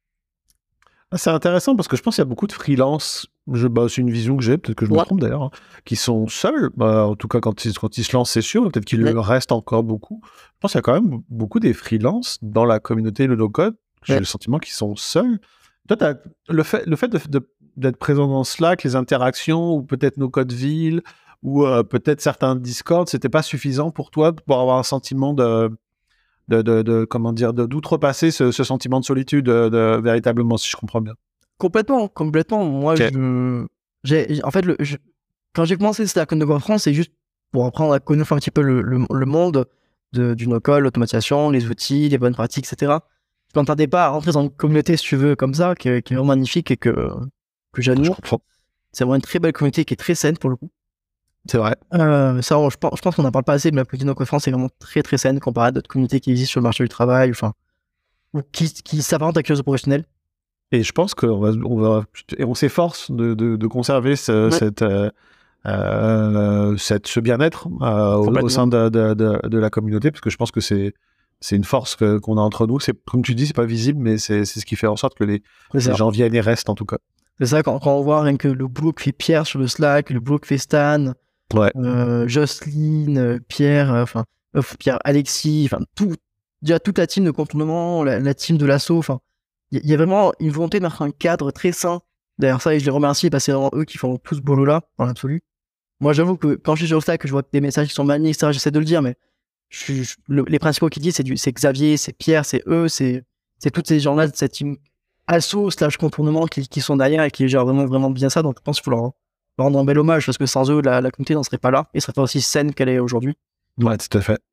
Ah, c'est intéressant parce que je pense qu'il y a beaucoup de freelance, je, bah, c'est une vision que j'ai, peut-être que je me ouais. trompe d'ailleurs, hein, qui sont seuls, bah, en tout cas quand ils, quand ils se lancent, c'est sûr, peut-être qu'il ouais. le reste encore beaucoup. Je pense qu'il y a quand même beaucoup des freelances dans la communauté le no-code, j'ai ouais. le sentiment qu'ils sont seuls. Toi, t'as, le fait, le fait de, de, d'être présent dans Slack, les interactions, ou peut-être NoCodeVille, ou euh, peut-être certains Discord, c'était pas suffisant pour toi pour avoir un sentiment de... De, de, de comment dire de, d'outrepasser ce, ce sentiment de solitude de, de, véritablement, si je comprends bien. Complètement, complètement. Moi, okay. je, j'ai, en fait, le, je, quand j'ai commencé Slack No Code France, c'est juste pour apprendre à connaître un petit peu le, le, le monde de, du no-code, l'automatisation, les outils, les bonnes pratiques, et cetera. Je m'entendais pas à rentrer dans une communauté, si tu veux, comme ça, qui, qui est vraiment magnifique et que, que j'admire. C'est vraiment une très belle communauté qui est très saine pour le coup. C'est vrai. Euh, ça, je pense, je pense qu'on n'en parle pas assez, mais la communauté No Code France est vraiment très très saine comparée à d'autres communautés qui existent sur le marché du travail, enfin, ou qui, qui s'apparentent à quelque chose de professionnel. Et je pense qu'on va, on va, et on s'efforce de, de, de conserver ce, ouais. cette, euh, euh, cette, ce bien-être euh, au, au sein de, de, de, de la communauté, parce que je pense que c'est, c'est une force que, qu'on a entre nous. C'est, comme tu dis, c'est pas visible, mais c'est, c'est ce qui fait en sorte que les, les gens viennent et restent en tout cas. C'est ça, quand, quand on voit rien que le boulot que fait Pierre sur le Slack, le boulot que fait Stan, ouais. euh, Jocelyne, Pierre, enfin euh, Pierre, Alexis, enfin tout, déjà toute la team de contournement, la, la team de l'assaut, enfin il y, y a vraiment une volonté de mettre un cadre très sain derrière ça et je les remercie parce que c'est vraiment eux qui font tout ce boulot là dans l'absolu. Moi j'avoue que quand je suis sur le Slack, que je vois des messages qui sont maniés, et cetera, j'essaie de le dire, mais je suis, je, le, les principaux qui disent c'est du, c'est Xavier, c'est Pierre, c'est eux, c'est c'est toutes ces gens là de cette team assaut slash contournement qui, qui sont derrière et qui gèrent vraiment vraiment bien ça, donc je pense qu'il faut leur rendre un bel hommage parce que sans eux la, la communauté n'en serait pas là et serait pas aussi saine qu'elle est aujourd'hui. Ouais, tout à fait.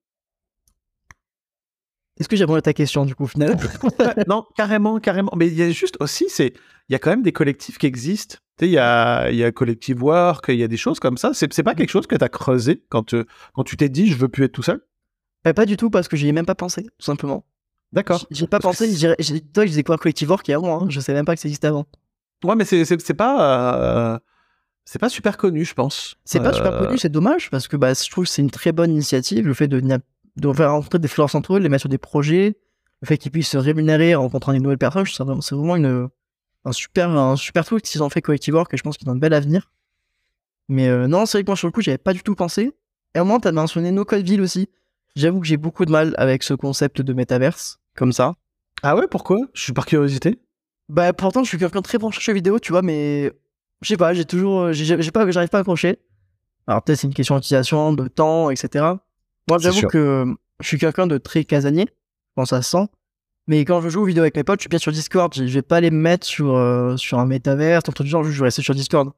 Est-ce que j'ai répondu à ta question du coup au final? Non, carrément, carrément. Mais il y a juste aussi, c'est, il y a quand même des collectifs qui existent. Tu sais, il y a, il y a Collective Work, il y a des choses comme ça. C'est, c'est pas quelque chose que tu as creusé quand, tu, quand tu t'es dit je veux plus être tout seul? euh, Pas du tout parce que j'y ai même pas pensé, tout simplement. D'accord. J'ai, j'ai pas parce pensé. J'ai, j'ai, toi, je disais quoi Collective Work il y a avant, hein. Je sais même pas que ça existait avant. Ouais, mais c'est, c'est, c'est pas. Euh... C'est pas super connu, je pense. C'est pas euh... super connu, c'est dommage, parce que bah, je trouve que c'est une très bonne initiative, le fait de, de faire rencontrer des freelances entre eux, les mettre sur des projets, le fait qu'ils puissent se rémunérer en rencontrant des nouvelles personnes, c'est vraiment, c'est vraiment une, un, super, un super truc qu'ils ont fait Collective Work, et je pense qu'ils ont un bel avenir. Mais euh, non, c'est vrai que moi, sur le coup, j'avais pas du tout pensé. Et au moment, t'as mentionné NoCodeVille aussi. J'avoue que j'ai beaucoup de mal avec ce concept de métaverse, comme ça. Ah ouais, pourquoi? Je suis par curiosité. Bah, pourtant, je suis quelqu'un de très branché jeux vidéo, tu vois, mais... Je sais pas, j'ai toujours, j'ai, j'ai pas, j'arrive pas à accrocher. Alors peut-être c'est une question d'utilisation, de temps, et cetera. Moi, j'avoue que je suis quelqu'un de très casanier, je pense à ça. Mais quand je joue aux vidéos avec mes potes, je suis bien sur Discord. Je vais pas les mettre sur, euh, sur un métaverse, un truc du genre, je vais rester sur Discord.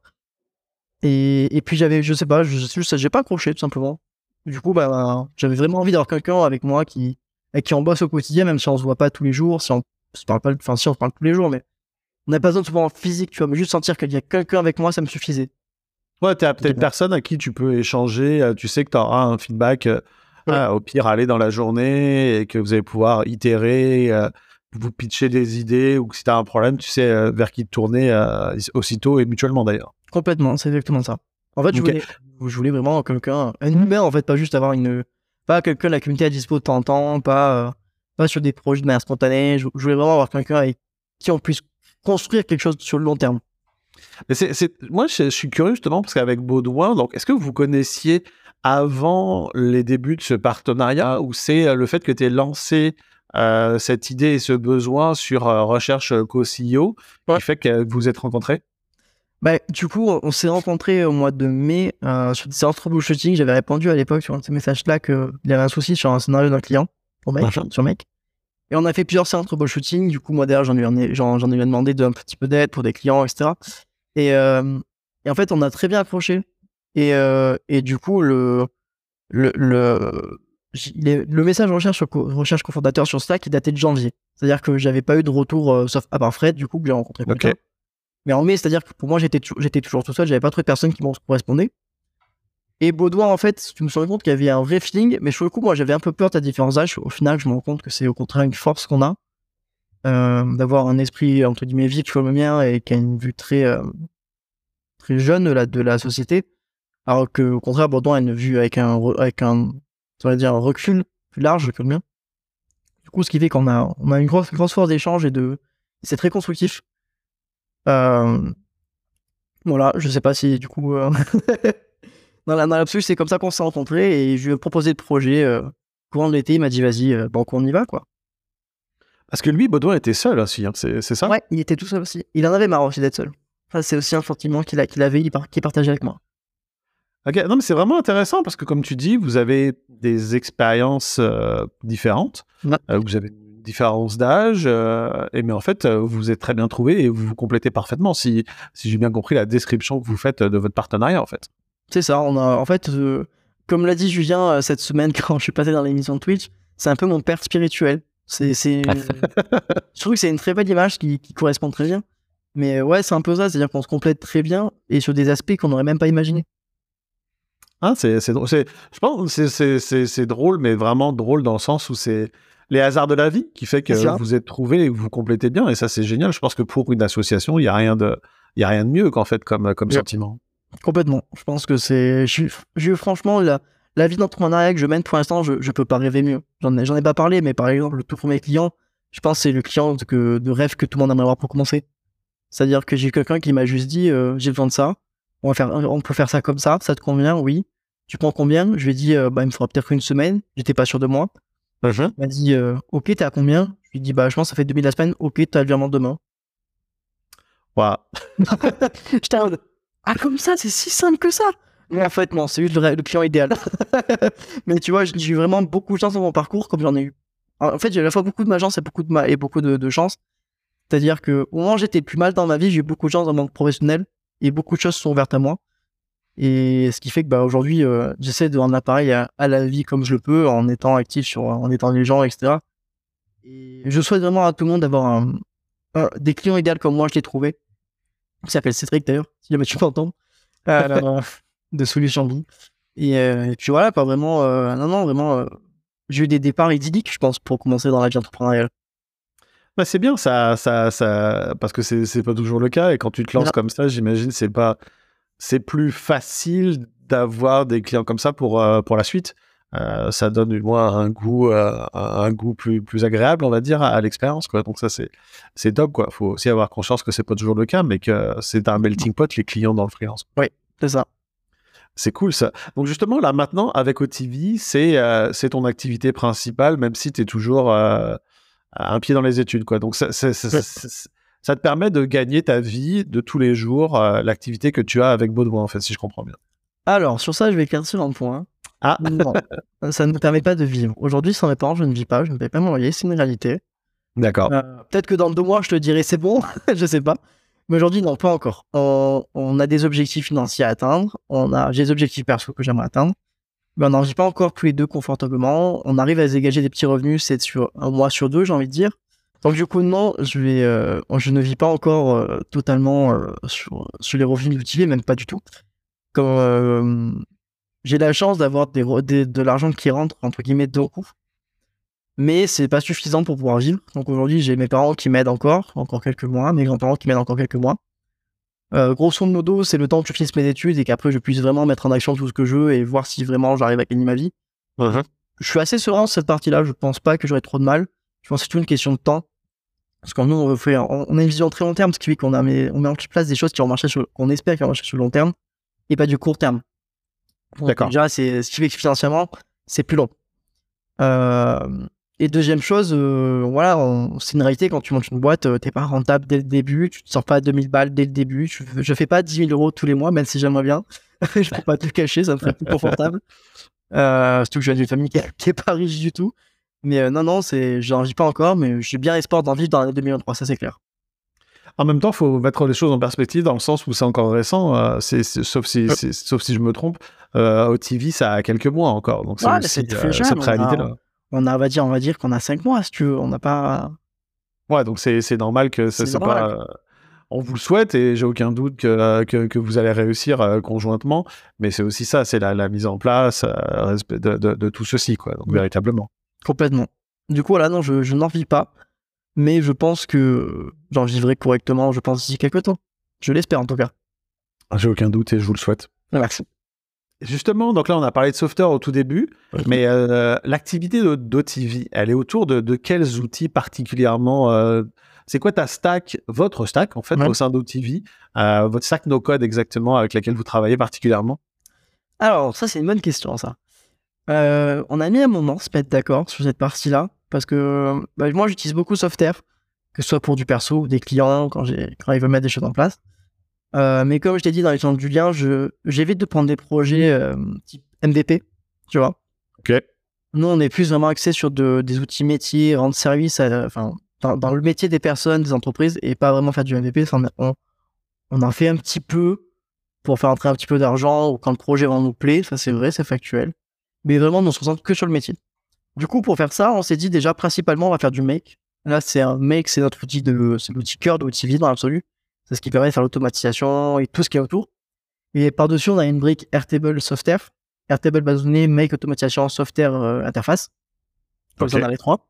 Et, et puis j'avais, je sais pas, je, je, j'ai pas accroché tout simplement. Du coup, bah, j'avais vraiment envie d'avoir quelqu'un avec moi qui, avec qui on bosse au quotidien, même si on se voit pas tous les jours, si on se parle pas, enfin si on se parle tous les jours, mais on n'a pas besoin de se voir en physique, tu vois, mais juste sentir qu'il y a quelqu'un avec moi, ça me suffisait. Ouais, t'as peut-être une personne à qui tu peux échanger, euh, tu sais que tu auras un feedback, euh, ouais. ah, au pire, aller dans la journée et que vous allez pouvoir itérer, euh, vous pitcher des idées ou que si tu as un problème, tu sais euh, vers qui te tourner euh, aussitôt et mutuellement d'ailleurs. Complètement, c'est exactement ça. En fait, je, okay. voulais, je voulais vraiment quelqu'un, un humain en fait, pas juste avoir une, pas quelqu'un de la communauté à dispo de temps en temps, pas, euh, pas sur des projets de manière spontanée, je, je voulais vraiment avoir quelqu'un avec qui on puisse construire quelque chose sur le long terme. Mais c'est, c'est... Moi, je, je suis curieux justement parce qu'avec Baudouin, donc, est-ce que vous connaissiez avant les débuts de ce partenariat ou c'est le fait que tu aies lancé euh, cette idée et ce besoin sur euh, Recherche Co-C E O ouais. qui fait que vous vous êtes rencontrés? Bah, du coup, on s'est rencontrés au mois de mai euh, sur des séances troubleshooting. J'avais répondu à l'époque sur un de ces messages-là qu'il y avait un souci sur un scénario d'un client pour mec, uh-huh. sur mec. Et on a fait plusieurs séances troubleshooting. Du coup, moi, d'ailleurs, j'en ai, j'en, j'en ai demandé de, un petit peu d'aide pour des clients, et cetera. Et, euh, et en fait, on a très bien accroché. Et, euh, et du coup, le, le, le, le message recherche, recherche cofondateur sur Slack est daté de janvier. C'est-à-dire que j'avais pas eu de retour, euh, sauf à part Fred, du coup, que j'ai rencontré quelqu'un. Okay. Mais en mai, c'est-à-dire que pour moi, j'étais, j'étais toujours tout seul, j'avais pas trouvé de personne qui me correspondait. Et Baudouin, en fait, je me suis rendu compte qu'il y avait un vrai feeling, mais sur le coup, moi, j'avais un peu peur de la différence d'âge. Au final, je me rends compte que c'est au contraire une force qu'on a, euh, d'avoir un esprit, entre guillemets, vif comme le mien et qui a une vue très, euh, très jeune de la, de la société. Alors que, au contraire, Baudouin a une vue avec un, avec un, on va dire, un recul plus large que le mien. Du coup, ce qui fait qu'on a, on a une grosse, grosse force d'échange et de, c'est très constructif. Euh, voilà, je sais pas si du coup euh... dans, la, dans l'absolu c'est comme ça qu'on s'est rencontrés et je lui ai proposé le projet euh, courant de l'été, il m'a dit vas-y, euh, bon on y va quoi. Parce que lui, Baudouin était seul aussi, hein, c'est, c'est ça? Ouais, il était tout seul aussi. Il en avait marre aussi d'être seul. Enfin, c'est aussi un sentiment qu'il, a, qu'il avait, il, qu'il partageait avec moi. Ok, non mais c'est vraiment intéressant parce que comme tu dis, vous avez des expériences euh, différentes, ouais. euh, vous avez une différence d'âge, euh, et mais en fait euh, vous vous êtes très bien trouvés et vous vous complétez parfaitement si, si j'ai bien compris la description que vous faites de votre partenariat en fait. C'est ça, on a en fait, euh, comme l'a dit Julien euh, cette semaine quand je suis passé dans l'émission de Twitch, c'est un peu mon père spirituel. C'est, c'est... je trouve que c'est une très belle image qui, qui correspond très bien. Mais ouais, c'est un peu ça, c'est-à-dire qu'on se complète très bien et sur des aspects qu'on n'aurait même pas imaginés. Ah, c'est, c'est, c'est, je pense que c'est, c'est, c'est, c'est drôle, mais vraiment drôle dans le sens où c'est les hasards de la vie qui fait que vous êtes trouvés et que vous vous complétez bien. Et ça, c'est génial. Je pense que pour une association, il n'y a rien de, il y a rien de mieux qu'en fait comme, comme ouais. sentiment. Complètement. Je pense que c'est, je, je, franchement, la, la vie d'entrepreneuriat que je mène pour l'instant, je, je peux pas rêver mieux. J'en ai, j'en ai pas parlé, mais par exemple, le tout premier client, je pense que c'est le client de, de rêve que tout le monde aimerait avoir pour commencer. C'est-à-dire que j'ai eu quelqu'un qui m'a juste dit, euh, j'ai besoin de ça. On va faire, on peut faire ça comme ça. Ça te convient? Oui. Tu prends combien? Je lui ai dit, euh, bah, il me faudra peut-être une semaine. J'étais pas sûr de moi. Uh-huh. Il m'a dit, euh, ok, t'es à combien? Je lui ai dit, bah, je pense que ça fait deux mille la semaine. Ok, t'as le virement demain. Waouh. J'étais en mode, ah, comme ça, c'est si simple que ça. Mais en fait, non, c'est juste le, le client idéal. Mais tu vois, j'ai eu vraiment beaucoup de chance dans mon parcours, comme j'en ai eu. En fait, j'ai à la fois beaucoup de malchance et beaucoup de, ma... et beaucoup de, de chance. C'est-à-dire que au moment où j'étais le plus mal dans ma vie, j'ai eu beaucoup de chance dans mon monde professionnel et beaucoup de choses sont ouvertes à moi. Et ce qui fait que bah, aujourd'hui, euh, j'essaie de rendre l'appareil à, à la vie comme je le peux, en étant actif, sur, en étant les gens, et cetera. Et je souhaite vraiment à tout le monde d'avoir un, un, des clients idéaux comme moi, je l'ai trouvé. Il s'appelle Cédric d'ailleurs, si jamais tu peux entendre. Euh, de Solutions Vie. Et, euh, et puis voilà, pas vraiment. Euh, non, non, vraiment. Euh, j'ai eu des départs idylliques, je pense, pour commencer dans la vie entrepreneuriale. Bah c'est bien, ça, ça, ça, parce que c'est, c'est pas toujours le cas. Et quand tu te lances non. comme ça, j'imagine, c'est pas. C'est plus facile d'avoir des clients comme ça pour, euh, pour la suite. Euh, ça donne du moins un goût, euh, un goût plus, plus agréable, on va dire, à, à l'expérience, quoi. Donc ça, c'est, c'est top, quoi. Faut aussi avoir conscience que c'est pas toujours le cas, mais que c'est un melting pot, les clients dans le freelance. Oui, c'est ça. C'est cool, ça. Donc justement, là, maintenant, avec O T V, c'est, euh, c'est ton activité principale, même si tu es toujours euh, un pied dans les études, quoi. Donc ça, c'est, c'est, ouais. c'est, c'est, ça te permet de gagner ta vie de tous les jours, euh, l'activité que tu as avec Baudouin, en fait, si je comprends bien. Alors, sur ça, je vais éclaircir un point. Ah. Non, ça ne me permet pas de vivre. Aujourd'hui, sans mes parents, je ne vis pas, je ne vais pas m'envoyer, c'est une réalité. D'accord. Euh, peut-être que dans deux mois, je te dirai c'est bon, je sais pas. Mais aujourd'hui, non, pas encore. On, on a des objectifs financiers à atteindre. On a, j'ai des objectifs perso que j'aimerais atteindre. Mais on n'en vit pas encore tous les deux confortablement. On arrive à se dégager des petits revenus, c'est sur un mois sur deux, j'ai envie de dire. Donc du coup, non, je, vais, euh, je ne vis pas encore euh, totalement euh, sur, sur les revenus d'Outil V, même pas du tout. Comme, euh, j'ai la chance d'avoir des, des, de l'argent qui rentre, entre guillemets, d'un coup. Mais c'est pas suffisant pour pouvoir vivre. Donc aujourd'hui, j'ai mes parents qui m'aident encore, encore quelques mois, mes grands-parents qui m'aident encore quelques mois. Euh, grosso modo, c'est le temps que je finisse mes études et qu'après je puisse vraiment mettre en action tout ce que je veux et voir si vraiment j'arrive à gagner ma vie. Uh-huh. Je suis assez serein sur cette partie-là, je pense pas que j'aurai trop de mal. Je pense que c'est tout une question de temps. Parce que nous, on, fait, on a une vision très long terme, ce qui fait qu'on a mis, on met en place des choses qui vont marcher sur, qu'on espère qu'elles vont marcher sur le long terme et pas du court terme. Donc, D'accord. déjà, c'est, ce qui fait que financièrement, c'est plus long. Euh, Et deuxième chose, euh, voilà, on, c'est une réalité, quand tu montes une boîte, euh, t'es pas rentable dès le début, tu te sors pas à deux mille balles dès le début, je, je fais pas dix mille euros tous les mois, même si j'aimerais bien, je peux pas te le cacher, ça me ferait plus confortable, euh, surtout que je viens d'une famille qui est, qui est pas riche du tout, mais euh, non, non, c'est, j'en vis pas encore, mais j'ai bien espoir d'en vivre dans l'année deux mille vingt-trois, ça c'est clair. En même temps, il faut mettre les choses en perspective dans le sens où c'est encore récent, euh, c'est, c'est, sauf, si, Ouais. c'est, sauf si je me trompe, euh, O T V, ça a quelques mois encore, donc c'est Ouais, aussi c'est très euh, jeune, cette on a- réalité-là. On a, on va dire, on va dire qu'on a cinq mois, si tu veux, on n'a pas... Ouais, donc c'est, c'est normal que ça C'est c'est normal. pas... euh, on vous le souhaite et j'ai aucun doute que, euh, que, que vous allez réussir euh, conjointement, mais c'est aussi ça, c'est la, la mise en place euh, de, de, de tout ceci, quoi, donc Oui. véritablement. Complètement. Du coup, voilà, non, je, je n'en vis pas, mais je pense que j'en vivrai correctement, je pense, d'ici quelques temps. Je l'espère, en tout cas. J'ai aucun doute et je vous le souhaite. Merci. Justement, donc là, on a parlé de software au tout début, Oui. mais euh, l'activité de- d'O T V, elle est autour de, de quels outils particulièrement euh, c'est quoi ta stack, votre stack, en fait, Ouais. au sein d'O T V, euh, votre stack no-code exactement avec laquelle vous travaillez particulièrement? Alors, ça, c'est une bonne question, ça. Euh, on a mis un moment à se mettre d'accord sur cette partie-là, parce que bah, moi, j'utilise beaucoup Softair, que ce soit pour du perso ou des clients, quand, j'ai, quand ils veulent mettre des choses en place. Euh, mais comme je t'ai dit dans les temps du lien, je, j'évite de prendre des projets euh, type M V P, tu vois. Ok. Nous, on est plus vraiment axé sur de, des outils métiers, rendre service à, enfin, dans, dans le métier des personnes, des entreprises, et pas vraiment faire du M V P. Enfin, on, on en fait un petit peu pour faire entrer un petit peu d'argent ou quand le projet vraiment nous plaît, ça c'est vrai, c'est factuel. Mais vraiment, on se concentre que sur le métier. Du coup, pour faire ça, on s'est dit déjà principalement, on va faire du make. Là, c'est un make, c'est notre outil de, c'est l'outil cœur de O T V dans l'absolu. C'est ce qui permet de faire l'automatisation et tout ce qui est autour. Et par-dessus, on a une brique Airtable Softair. Airtable base de données, make, automatisation, Softair, euh, interface. Comme Ok. ça, on a les trois.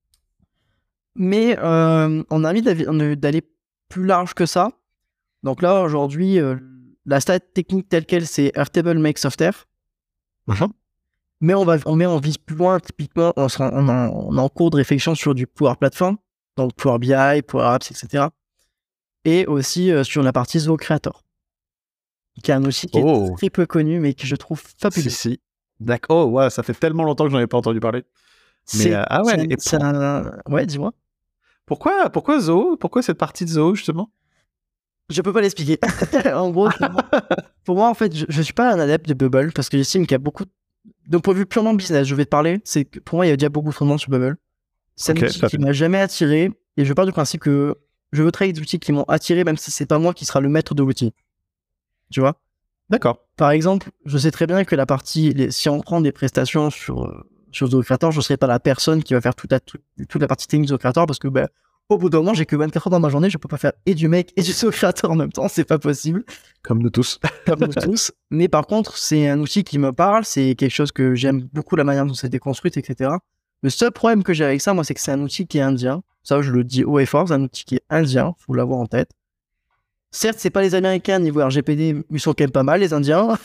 Mais euh, on a envie d'aller, d'aller plus large que ça. Donc là, aujourd'hui, euh, la stat technique telle quelle, c'est Airtable make Softair. Mhm. Mais on va, on met, on vise plus loin. Typiquement, on, sera, on, a, on est en cours de réflexion sur du Power Platform, donc Power B I, Power Apps, et cetera. Et aussi euh, sur la partie Zoho Creator, qui est un outil qui Oh. est très peu connu, mais que je trouve fabuleux. Si, si. D'accord. Oh, ouais, ça fait tellement longtemps que j'en ai pas entendu parler. C'est, euh, ah ouais, c'est un- et c'est pour- un- ouais, dis-moi. Pourquoi, pourquoi Zoho? Pourquoi cette partie de Zoho, justement? Je peux pas l'expliquer. En gros, pour moi, pour moi, en fait, je, je suis pas un adepte de Bubble parce que j'estime qu'il y a beaucoup, d'un point de vue purement business, je vais te parler, c'est que pour moi, il y a déjà beaucoup trop de monde sur Bubble. C'est Ok, un outil ça qui fait- m'a jamais attiré et je pars du principe que je veux travailler avec des outils qui m'ont attiré, même si c'est pas moi qui sera le maître de l'outil. Tu vois? D'accord. Par exemple, je sais très bien que la partie, les- si on prend des prestations sur, euh, sur Zoho Creator, je ne serai pas la personne qui va faire toute la, toute, toute la partie technique de Zoho Creator parce que, ben, au bout d'un moment, j'ai que vingt-quatre heures dans ma journée, je peux pas faire et du make et du Zoho Creator en même temps, c'est pas possible, Comme nous tous. comme nous tous. Mais par contre, c'est un outil qui me parle, c'est quelque chose que j'aime beaucoup la manière dont c'est déconstruite, et cetera. Le seul problème que j'ai avec ça, moi, c'est que c'est un outil qui est indien. Ça, je le dis haut et fort, c'est un outil qui est indien, faut l'avoir en tête. Certes, c'est pas les Américains niveau R G P D, mais ils sont quand même pas mal, les Indiens.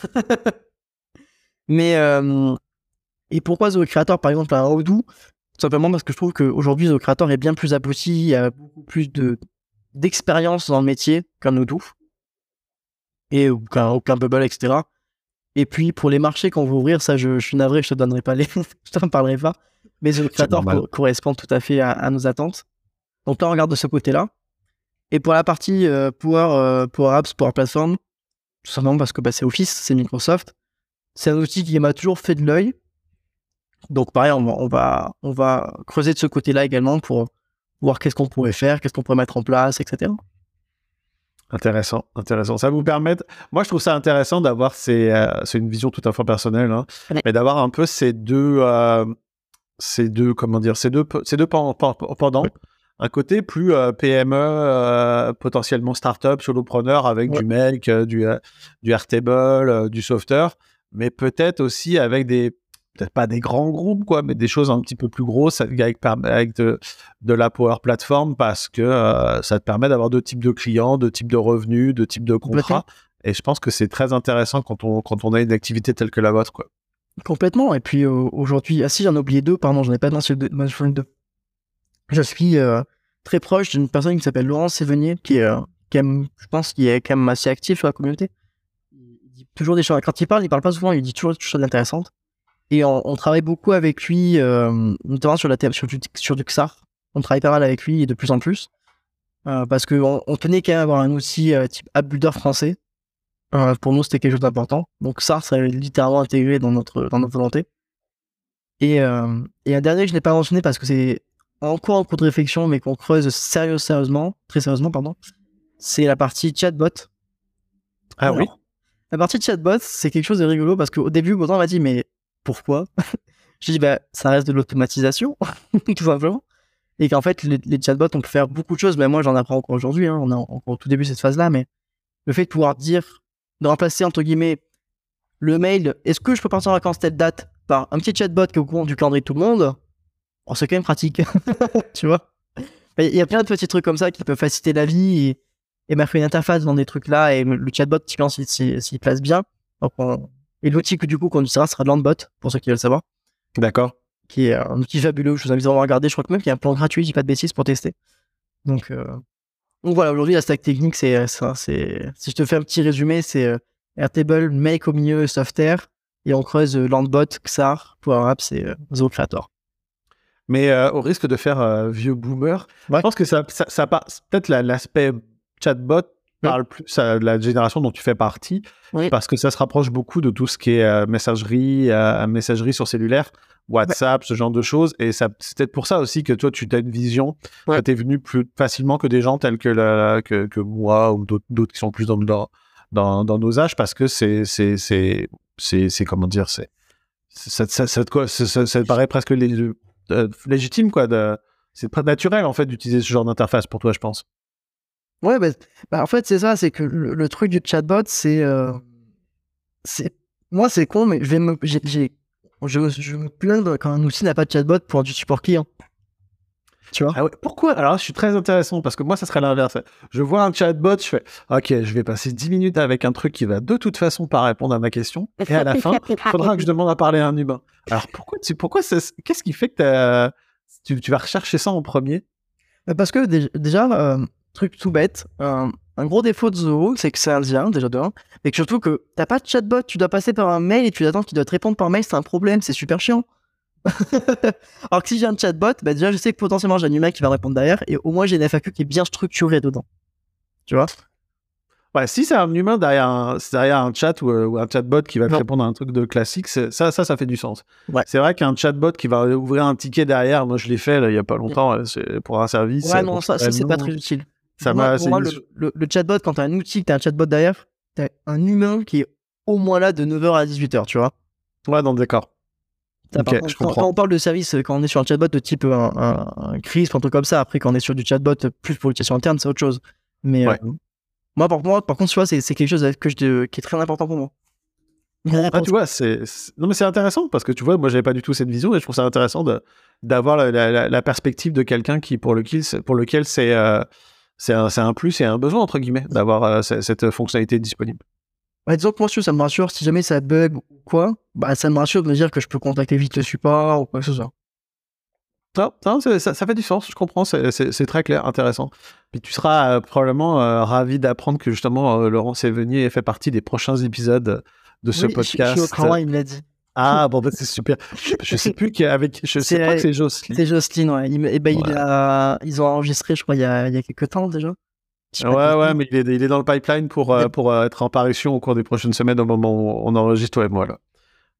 Mais, euh, et pourquoi Zoho Creator, par exemple, à Odoo? Tout simplement parce que je trouve qu'aujourd'hui, Zoho Creator est bien plus abouti, il y a beaucoup plus de, d'expérience dans le métier qu'un Odoo. Et aucun, aucun Bubble, et cetera. Et puis, pour les marchés qu'on veut ouvrir, ça, je, je suis navré, je te donnerai pas les, je t'en parlerai pas. Mais Zoho Creator normal. co- correspond tout à fait à, à nos attentes. Donc là, on regarde de ce côté-là. Et pour la partie euh, Power, euh, Power Apps, Power Platform, tout simplement parce que bah, c'est Office, c'est Microsoft. C'est un outil qui m'a toujours fait de l'œil. Donc pareil, on va, on va, on va creuser de ce côté-là également pour voir qu'est-ce qu'on pourrait faire, qu'est-ce qu'on pourrait mettre en place, et cetera. Intéressant, intéressant. Ça vous permet, moi je trouve ça intéressant d'avoir ces, euh, c'est une vision tout à fait personnelle, hein, Ouais. mais d'avoir un peu ces deux, euh, ces deux, comment dire, ces deux, ces deux pen- pen- pendants. Un côté plus euh, P M E, euh, potentiellement start-up, solopreneur avec Ouais. du make, euh, du, euh, du Airtable, euh, du software, mais peut-être aussi avec des, peut-être pas des grands groupes, quoi, mais des choses un petit peu plus grosses avec, avec de, de la Power Platform parce que euh, ça te permet d'avoir deux types de clients, deux types de revenus, deux types de contrats. Et je pense que c'est très intéressant quand on, quand on a une activité telle que la vôtre, quoi. Complètement. Et puis euh, aujourd'hui, ah si, j'en ai oublié deux, pardon, j'en ai pas mentionné deux. mentionné deux. Je suis euh, très proche d'une personne qui s'appelle Laurent Sévenier, qui est, euh, qui aime, je pense, qui est quand même assez actif sur la communauté. Il dit toujours des choses. Quand il parle, il parle pas souvent, il dit toujours des choses intéressantes. Et on, on travaille beaucoup avec lui, euh, notamment sur, la thème, sur, du, sur du X A R. On travaille pas mal avec lui et de plus en plus. Euh, parce qu'on on tenait quand même à avoir un outil euh, type app builder français. Euh, pour nous, c'était quelque chose d'important. Donc ça, ça serait littéralement intégré dans notre, dans notre volonté. Et, euh, et un dernier que je n'ai pas mentionné parce que c'est encore en cours de réflexion, mais qu'on creuse sérieux, sérieusement, très sérieusement, pardon, c'est la partie chatbot. Ah Alors, oui. La partie chatbot, c'est quelque chose de rigolo parce qu'au début, Gaudin m'a dit, mais pourquoi? J'ai dit, bah, ça reste de l'automatisation, tout simplement. Et qu'en fait, les, les chatbots, on peut faire beaucoup de choses. Mais moi, j'en apprends encore aujourd'hui. Hein, on est encore au tout début de cette phase-là. Mais le fait de pouvoir dire, de remplacer, entre guillemets, le mail, est-ce que je peux partir en vacances telle date, par un petit chatbot qui est au courant du calendrier de tout le monde, oh, c'est quand même pratique. Tu vois? Il y a plein de petits trucs comme ça qui peuvent faciliter la vie et, et mettre une interface dans des trucs-là. Et le chatbot, s'il, s'il, s'il place bien. Donc on... Et l'outil que du coup qu'on utilisera sera Landbot, pour ceux qui veulent savoir. D'accord. Qui est un outil fabuleux, je vous invite à regarder. Je crois que même qu'il y a un plan gratuit, je dis pas de bêtises, pour tester. Donc, euh... Donc voilà, aujourd'hui, la stack technique, c'est, c'est, c'est... si je te fais un petit résumé, c'est euh, Airtable, Make au milieu, Softair, et on creuse euh, Landbot, X A R, Power Apps et euh, Zoho Creator. Mais euh, au risque de faire euh, vieux boomer, Ouais. je pense que ça, ça, ça passe peut-être la, l'aspect chatbot parle plus à la génération dont tu fais partie, Oui. parce que ça se rapproche beaucoup de tout ce qui est euh, messagerie, euh, messagerie sur cellulaire, WhatsApp, ouais. Ce genre de choses. Et ça, c'est peut-être pour ça aussi que toi, tu as une vision, ouais. Ça t'est venu plus facilement que des gens tels que, la, que, que moi ou d'autres, d'autres qui sont plus dans, dans, dans, dans nos âges, parce que c'est, c'est, c'est, c'est, c'est comment dire, c'est, ça, ça, ça, quoi, ça, ça, ça paraît presque lég, euh, légitime, quoi. De, c'est pas naturel, en fait, d'utiliser ce genre d'interface pour toi, je pense. Ouais, bah, bah en fait, c'est ça, c'est que le, le truc du chatbot, c'est, euh, c'est, moi, c'est con, mais je vais me, j'ai, j'ai, je, je me plains quand un outil n'a pas de chatbot pour du support client. Tu vois? Ah ouais, pourquoi? Alors, je suis très intéressant parce que moi, ça serait l'inverse. Je vois un chatbot, je fais OK, je vais passer dix minutes avec un truc qui va de toute façon pas répondre à ma question. Et à la fin, il faudra que je demande à parler à un humain. Alors, pourquoi, tu, pourquoi ça, qu'est-ce qui fait que tu, tu vas rechercher ça en premier? Parce que déjà, déjà euh, truc tout bête, euh, un gros défaut de Zoho, c'est que c'est indien, déjà de un, et que surtout que t'as pas de chatbot, tu dois passer par un mail et tu attends qu'il doit te répondre par mail, c'est un problème, c'est super chiant. Alors que si j'ai un chatbot, bah déjà je sais que potentiellement j'ai un humain qui va répondre derrière, et au moins j'ai une F A Q qui est bien structurée dedans. Tu vois? Ouais, si c'est un humain derrière un, derrière un chat ou, ou un chatbot qui va te non. répondre à un truc de classique, c'est, ça, ça, ça fait du sens. Ouais. C'est vrai qu'un chatbot qui va ouvrir un ticket derrière, moi je l'ai fait là, il y a pas longtemps, ouais. C'est pour un service. Ouais, non, ça, ça c'est pas très utile. Ça moi, m'a, pour moi, le, le, le chatbot, quand t'as un outil, que t'as un chatbot derrière, t'as un humain qui est au moins là de neuf heures à dix-huit heures, tu vois. Ouais, donc d'accord. Okay, contre, quand, quand on parle de service, quand on est sur un chatbot de type un, un, un Crisp, un truc comme ça, après quand on est sur du chatbot plus pour l'utilisation interne, c'est autre chose. Mais ouais. euh, moi, par, moi, par contre, tu vois, c'est, c'est quelque chose que je, qui est très important pour moi. Ah, tu vois, c'est, c'est... Non, mais c'est intéressant parce que tu vois, moi, j'avais pas du tout cette vision et je trouve ça intéressant de, d'avoir la, la, la perspective de quelqu'un qui, pour lequel, pour lequel c'est, euh, c'est, un, c'est un plus et un besoin, entre guillemets, d'avoir euh, cette fonctionnalité disponible. Bah, disons que moi, ça me rassure, si jamais ça bug ou quoi, bah, ça me rassure de me dire que je peux contacter vite le support ou quoi que ce soit. Non, non ça, ça fait du sens, je comprends, c'est, c'est, c'est très clair, intéressant. Puis tu seras euh, probablement euh, ravi d'apprendre que justement euh, Laurent Sévenier fait partie des prochains épisodes de ce oui, podcast. Je, je suis au courant, il me l'a dit. Ah, bon, bah, c'est super. Je, je sais plus qu'avec. Je sais pas que c'est Jocelyne. C'est Jocelyne, ouais. Il, et ben, ouais. il a, ils ont enregistré, je crois, il y a, il y a quelques temps déjà. Ouais, ouais, mais il est, il est dans le pipeline pour, euh, pour euh, être en parution au cours des prochaines semaines au moment où on enregistre, toi et moi, là.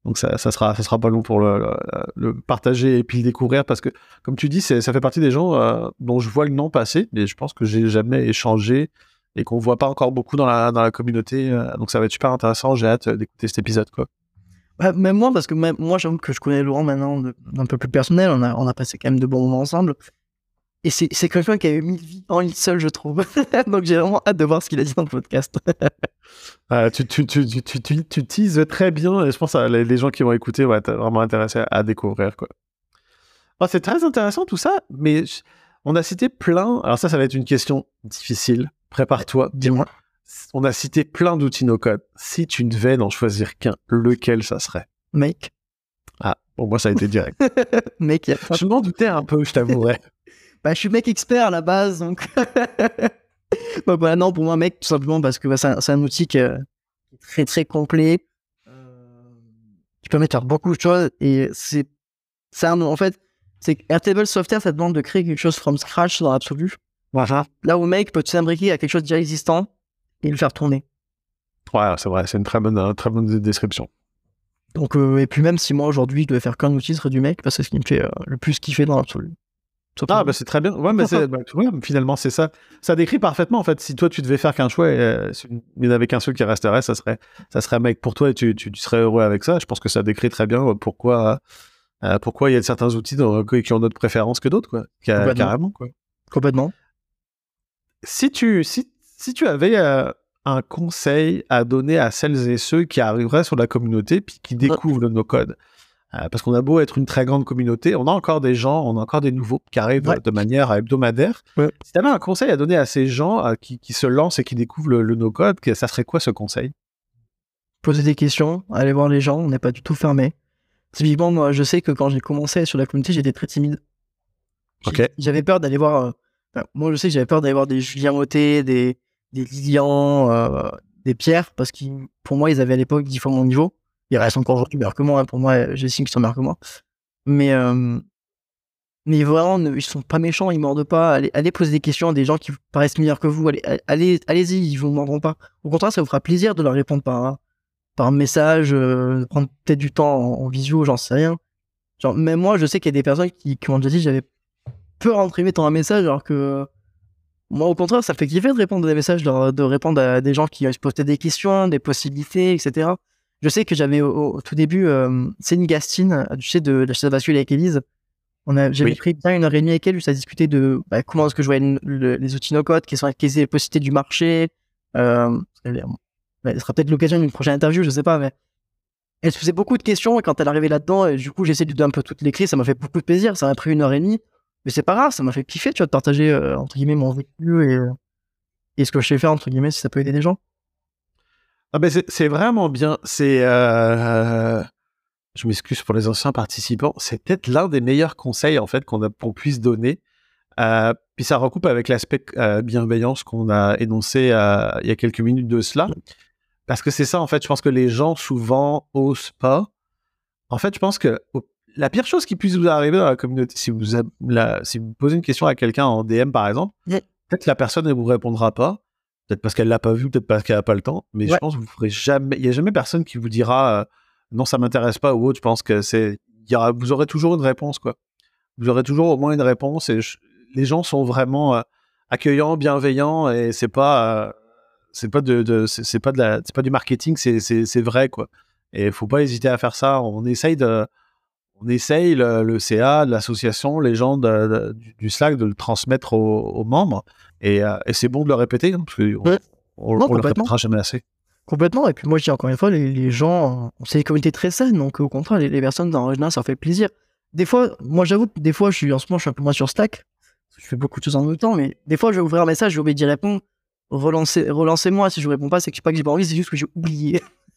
Donc ça, ça sera, ça sera pas long pour le, le, le partager et puis le découvrir parce que, comme tu dis, c'est, ça fait partie des gens euh, dont je vois le nom passer, mais je pense que j'ai jamais échangé et qu'on voit pas encore beaucoup dans la, dans la communauté. Euh, donc ça va être super intéressant. J'ai hâte d'écouter cet épisode, quoi. Ouais, même moi, parce que même moi, j'avoue que je connais Laurent maintenant de- d'un peu plus personnel. On a, on a passé quand même de bons moments ensemble. Et c'est, c'est quelqu'un qui a eu mille vies en une seule, je trouve. Donc j'ai vraiment hâte de voir ce qu'il a dit dans le podcast. Euh, tu, tu, tu, tu, tu, tu, tu teases très bien et je pense que les, les gens qui vont écouter vont être vraiment intéressés à, à découvrir, quoi. Oh, c'est très intéressant tout ça, mais je- on a cité plein. Alors ça, ça va être une question difficile. Prépare-toi. Dis-moi. On a cité plein d'outils no-code. Si tu ne devais n'en choisir qu'un, lequel ça serait? Mec. Ah, bon, moi, ça a été direct. Mec, il y a... Je m'en doutais un peu, je t'avouerais. Bah, je suis mec expert à la base, donc. Bah, bah, non, pour moi, mec, tout simplement parce que bah, c'est, un, c'est un outil qui est très très complet. Euh, qui permet de faire beaucoup de choses et c'est, c'est un, en fait, c'est que Airtable Software, ça demande de créer quelque chose from scratch dans l'absolu. Voilà. Là où mec peut s'imbriquer à quelque chose déjà existant et le faire tourner. Ouais, c'est vrai, c'est une très bonne, euh, très bonne description. Donc, euh, et puis même si moi aujourd'hui je devais faire qu'un outil, ce serait du mec parce que c'est ce qui me fait euh, le plus kiffer dans l'absolu. Ah, bah c'est très bien. Ouais, mais c'est, bah, ouais, finalement, c'est ça. Ça décrit parfaitement, en fait. Si toi, tu devais faire qu'un choix, euh, il n'y en avait qu'un seul qui resterait, ça serait, ça serait mec pour toi et tu, tu, tu serais heureux avec ça. Je pense que ça décrit très bien pourquoi, euh, pourquoi il y a certains outils dans, qui ont d'autres préférences que d'autres, quoi. Car, carrément, quoi. Complètement. Si tu, si, si tu avais euh, un conseil à donner à celles et ceux qui arriveraient sur la communauté puis qui découvrent le no-code, euh, parce qu'on a beau être une très grande communauté, on a encore des gens, on a encore des nouveaux qui arrivent ouais. de manière hebdomadaire. Ouais. Si tu avais un conseil à donner à ces gens euh, qui, qui se lancent et qui découvrent le, le no-code, ça serait quoi ce conseil? Poser des questions, aller voir les gens, on n'est pas du tout fermé. Typiquement, moi, je sais que quand j'ai commencé sur la communauté, j'étais très timide. Okay. J'avais peur d'aller voir... Euh, enfin, moi, je sais que j'avais peur d'aller voir des Julien Motet, des, des Lilian, euh, des Pierre, parce que pour moi, ils avaient à l'époque dix fois mon niveau. Ils restent encore aujourd'hui meilleurs que moi. Hein. Pour moi, j'estime qu'ils sont meilleurs que moi. Mais, euh, mais vraiment, ne, ils sont pas méchants, ils mordent pas. Allez, allez poser des questions à des gens qui vous paraissent meilleurs que vous. Allez, allez, allez-y, ils vous mordront pas. Au contraire, ça vous fera plaisir de leur répondre par, par message, euh, prendre peut-être du temps en, en visio, j'en sais rien. Genre, même moi, je sais qu'il y a des personnes qui, qui m'ont déjà dit j'avais peur d'imprimer tant un message, alors que moi, au contraire, ça me fait kiffer de répondre à des messages, de, de répondre à des gens qui se posaient des questions, des possibilités, et cetera. Je sais que j'avais au, au tout début euh, Céline Gastine, tu sais, de la chaise bascule avec Élise. On a, j'avais oui. pris bien une heure et demie avec elle, juste à discuter de bah, comment est-ce que je voyais le, le, les outils no-code, quelles sont les possibilités du marché. Euh, elle, elle sera peut-être l'occasion d'une prochaine interview, je sais pas, mais elle se faisait beaucoup de questions et quand elle arrivait là-dedans, et du coup, j'essayais de lui donner un peu toutes les clés. Ça m'a fait beaucoup de plaisir. Ça m'a pris une heure et demie, mais c'est pas grave, ça m'a fait kiffer, tu vois, de partager euh, entre guillemets mon vécu et, et ce que je sais faire entre guillemets, si ça peut aider des gens. Ah ben c'est, c'est vraiment bien. C'est, euh, je m'excuse pour les anciens participants, c'est peut-être l'un des meilleurs conseils en fait qu'on, a, qu'on puisse donner. Euh, puis ça recoupe avec l'aspect euh, bienveillance qu'on a énoncé euh, il y a quelques minutes de cela. Parce que c'est ça en fait, je pense que les gens souvent osent pas. En fait, je pense que la pire chose qui puisse vous arriver dans la communauté, si vous, a, la, si vous posez une question à quelqu'un en D M par exemple, yeah. peut-être que la personne ne vous répondra pas. Peut-être parce qu'elle l'a pas vu, peut-être parce qu'elle a pas le temps, mais ouais. je pense que vous ferez jamais, il y a jamais personne qui vous dira euh, non, ça m'intéresse pas ou autre. Je pense que c'est, il y aura, vous aurez toujours une réponse, quoi. Vous aurez toujours au moins une réponse et je, les gens sont vraiment euh, accueillants, bienveillants et c'est pas, euh, c'est pas de, de c'est, c'est pas de la, c'est pas du marketing, c'est, c'est, c'est vrai, quoi. Et faut pas hésiter à faire ça. On essaye de, on essaye le, le C A, l'association, les gens de, de, du, du Slack de le transmettre aux, aux membres. Et, euh, et c'est bon de le répéter, hein, parce qu'on ouais. on, on le répétera jamais assez. Complètement. Et puis moi, je dis encore une fois, les, les gens, c'est des communautés très saines, donc au contraire, les, les personnes dans le ça fait plaisir. Des fois, moi j'avoue que des fois, je suis en ce moment, je suis un peu moins sur Slack, je fais beaucoup de choses en même temps, mais des fois, je vais ouvrir un message, j'ai oublié d'y répondre, relancez, relancez-moi si je vous réponds pas, c'est que je sais pas que j'ai pas envie, c'est juste que j'ai oublié.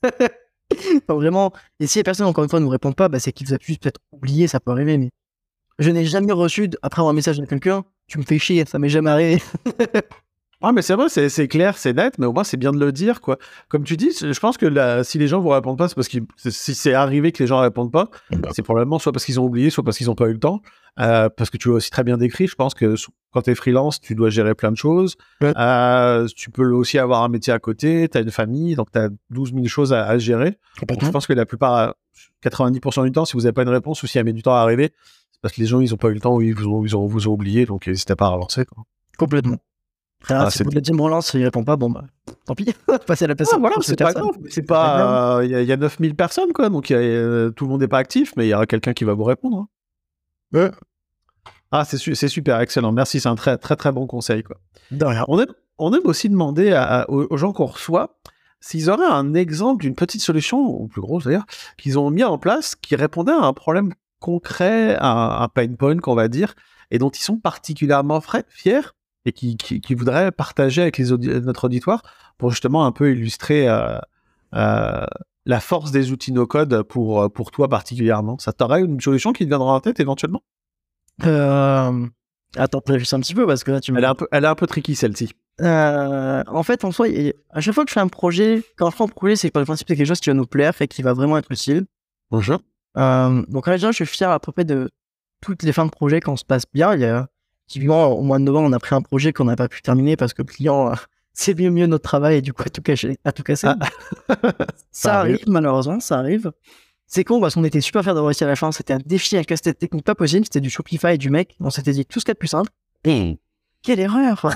Enfin, vraiment. Et si les personnes, encore une fois, ne nous répondent pas, bah, c'est qu'ils vous ont juste peut-être oublié, ça peut arriver, mais je n'ai jamais reçu, après avoir un message de quelqu'un, tu me fais chier, ça m'est jamais arrivé. Ah, mais c'est vrai, c'est, c'est clair, c'est net, mais au moins, c'est bien de le dire, quoi. Comme tu dis, je pense que la, si les gens vous répondent pas, c'est parce que si c'est arrivé que les gens répondent pas, c'est probablement soit parce qu'ils ont oublié, soit parce qu'ils ont pas eu le temps. Euh, parce que tu l'as aussi très bien décrit, je pense que quand tu es freelance, tu dois gérer plein de choses. Ouais. Euh, tu peux aussi avoir un métier à côté, tu as une famille, donc tu as douze mille choses à, à gérer. Donc, je pense que la plupart, quatre-vingt-dix pour cent du temps, si vous n'avez pas une réponse ou si elle met du temps à arriver, c'est parce que les gens, ils n'ont pas eu le temps ou ils vous ont, ils ont, vous ont oublié, donc n'hésitez pas à avancer, quoi. Complètement. Après, ah, si vous le dites, on lance, il répond pas, bon bah, tant pis, passer à la personne. Ah, voilà, c'est pas grave. C'est pas, il euh, y, y a neuf mille personnes, quoi, donc y a, euh, tout le monde n'est pas actif, mais il y aura quelqu'un qui va vous répondre. Hein. Ouais. Ah, c'est, su- c'est super, excellent. Merci, c'est un très, très, très bon conseil, quoi. De rien. On aime, on aime aussi demander à, à, aux, aux gens qu'on reçoit s'ils auraient un exemple d'une petite solution, ou plus grosse d'ailleurs, qu'ils ont mis en place, qui répondait à un problème concret, à un pain point, qu'on va dire, et dont ils sont particulièrement frais, fiers, et qui, qui, qui voudraient partager avec les audi- notre auditoire pour justement un peu illustrer euh, euh, la force des outils no-code pour, pour toi particulièrement. Ça t'aurait une solution qui te viendra en tête éventuellement ? euh... Attends, réfléchis un petit peu parce que là tu me... Elle est un peu, elle est un peu tricky celle-ci. Euh, en fait, en soi, à chaque fois que je fais un projet, quand je fais un projet, c'est que par le principe c'est quelque chose qui va nous plaire et qui va vraiment être utile. Bonjour. Euh, donc là, déjà, je suis fier à peu près de toutes les fins de projet quand on se passe bien. Il y a typiquement au mois de novembre, on a pris un projet qu'on n'a pas pu terminer parce que le client euh, c'est mieux mieux notre travail et du coup a tout caché, a tout cassé. Ah. ça, ça arrive, arrive malheureusement, ça arrive. C'est con parce qu'on était super fiers d'avoir réussi à la fin. C'était un défi, un casse-tête technique pas possible. C'était du Shopify et du mec. On s'était dit tout ce qu'il y a de plus simple. Mmh. Quelle erreur.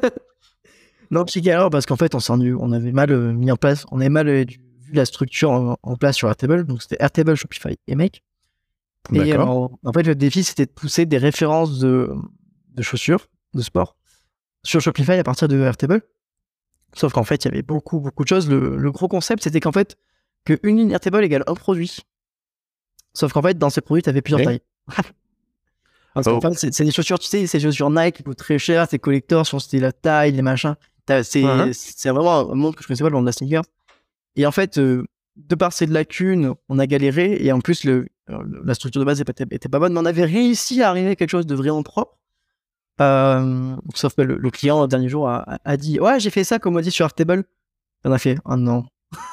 Non, c'est quelle erreur parce qu'en fait, on s'en on avait mal euh, mis en place, on avait mal euh, vu la structure en, en place sur Airtable. Donc c'était Airtable, Shopify et Make. Et euh, en, en fait, le défi, c'était de pousser des références de, de chaussures, de sport, sur Shopify à partir de Airtable. Sauf qu'en fait, il y avait beaucoup, beaucoup de choses. Le, le gros concept, c'était qu'en fait, qu'une ligne Airtable égale un produit. Sauf qu'en fait, dans ces produits, tu avais plusieurs okay. tailles. Parce oh. qu'en fait, c'est, c'est des chaussures, tu sais, ces chaussures Nike qui coûtent très cher, c'est collector, c'était la taille, les machins. C'est, uh-huh. c'est vraiment un monde que je connaissais pas, le monde de la sneaker. Et en fait, euh, de par ces lacunes, on a galéré. Et en plus, le, le, la structure de base était, était pas bonne. Mais on avait réussi à arriver à quelque chose de vraiment propre. Euh, sauf que le, le client, le dernier jour, a, a dit « Ouais, j'ai fait ça comme on dit sur Airtable. » On a fait « Oh non. »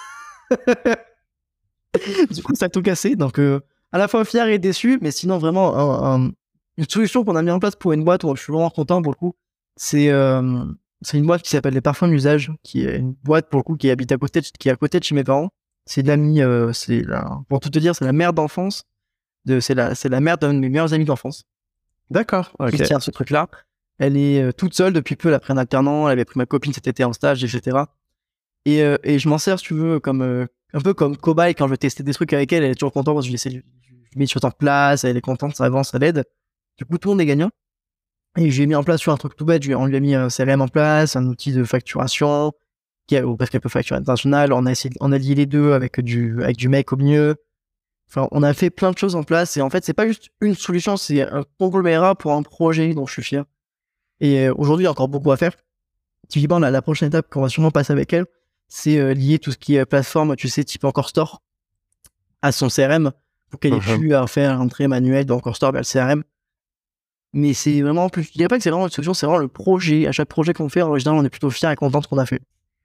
Du coup, ça a tout cassé. Donc, euh, à la fois fier et déçu. Mais sinon, vraiment, un, un, une solution qu'on a mis en place pour une boîte où je suis vraiment content pour le coup, c'est... Euh, C'est une boîte qui s'appelle Les Parfums d'Usage, qui est une boîte pour le coup qui habite à côté de, qui est à côté de chez mes parents. C'est de l'ami, euh, c'est la, pour tout te dire, c'est la mère d'enfance. De, c'est la, c'est la mère d'un de mes meilleurs amis d'enfance. D'accord. Qui okay. tient ce truc-là. Elle est euh, toute seule depuis peu. Elle a pris un alternant. Elle avait pris ma copine cet été en stage, et cetera. Et, euh, et je m'en sers, si tu veux, comme euh, un peu comme cobaye quand je vais tester des trucs avec elle. Elle est toujours contente parce que je laisse, je mets des choses en place. Elle est contente, ça avance, ça l'aide. Du coup, tout le monde est gagnant. Et j'ai mis en place sur un truc tout bête, on lui a mis un C R M en place, un outil de facturation, qui a, parce qu'elle peut facturer international, on a essayé, on a lié les deux avec du, avec du mec au milieu. Enfin, on a fait plein de choses en place, et en fait, c'est pas juste une solution, c'est un conglomérat pour un projet dont je suis fier. Et euh, aujourd'hui, il y a encore beaucoup à faire. Typiquement, la, la prochaine étape qu'on va sûrement passer avec elle, c'est euh, lier tout ce qui est plateforme, tu sais, type Encore Store, à son C R M, pour qu'elle ait uh-huh. pu à faire l'entrée manuelle d'Encore Store vers le C R M. Mais c'est vraiment plus, je dirais pas que c'est vraiment une solution, c'est vraiment le projet. À chaque projet qu'on fait, en général, on est plutôt fiers et contents de ce qu'on a fait.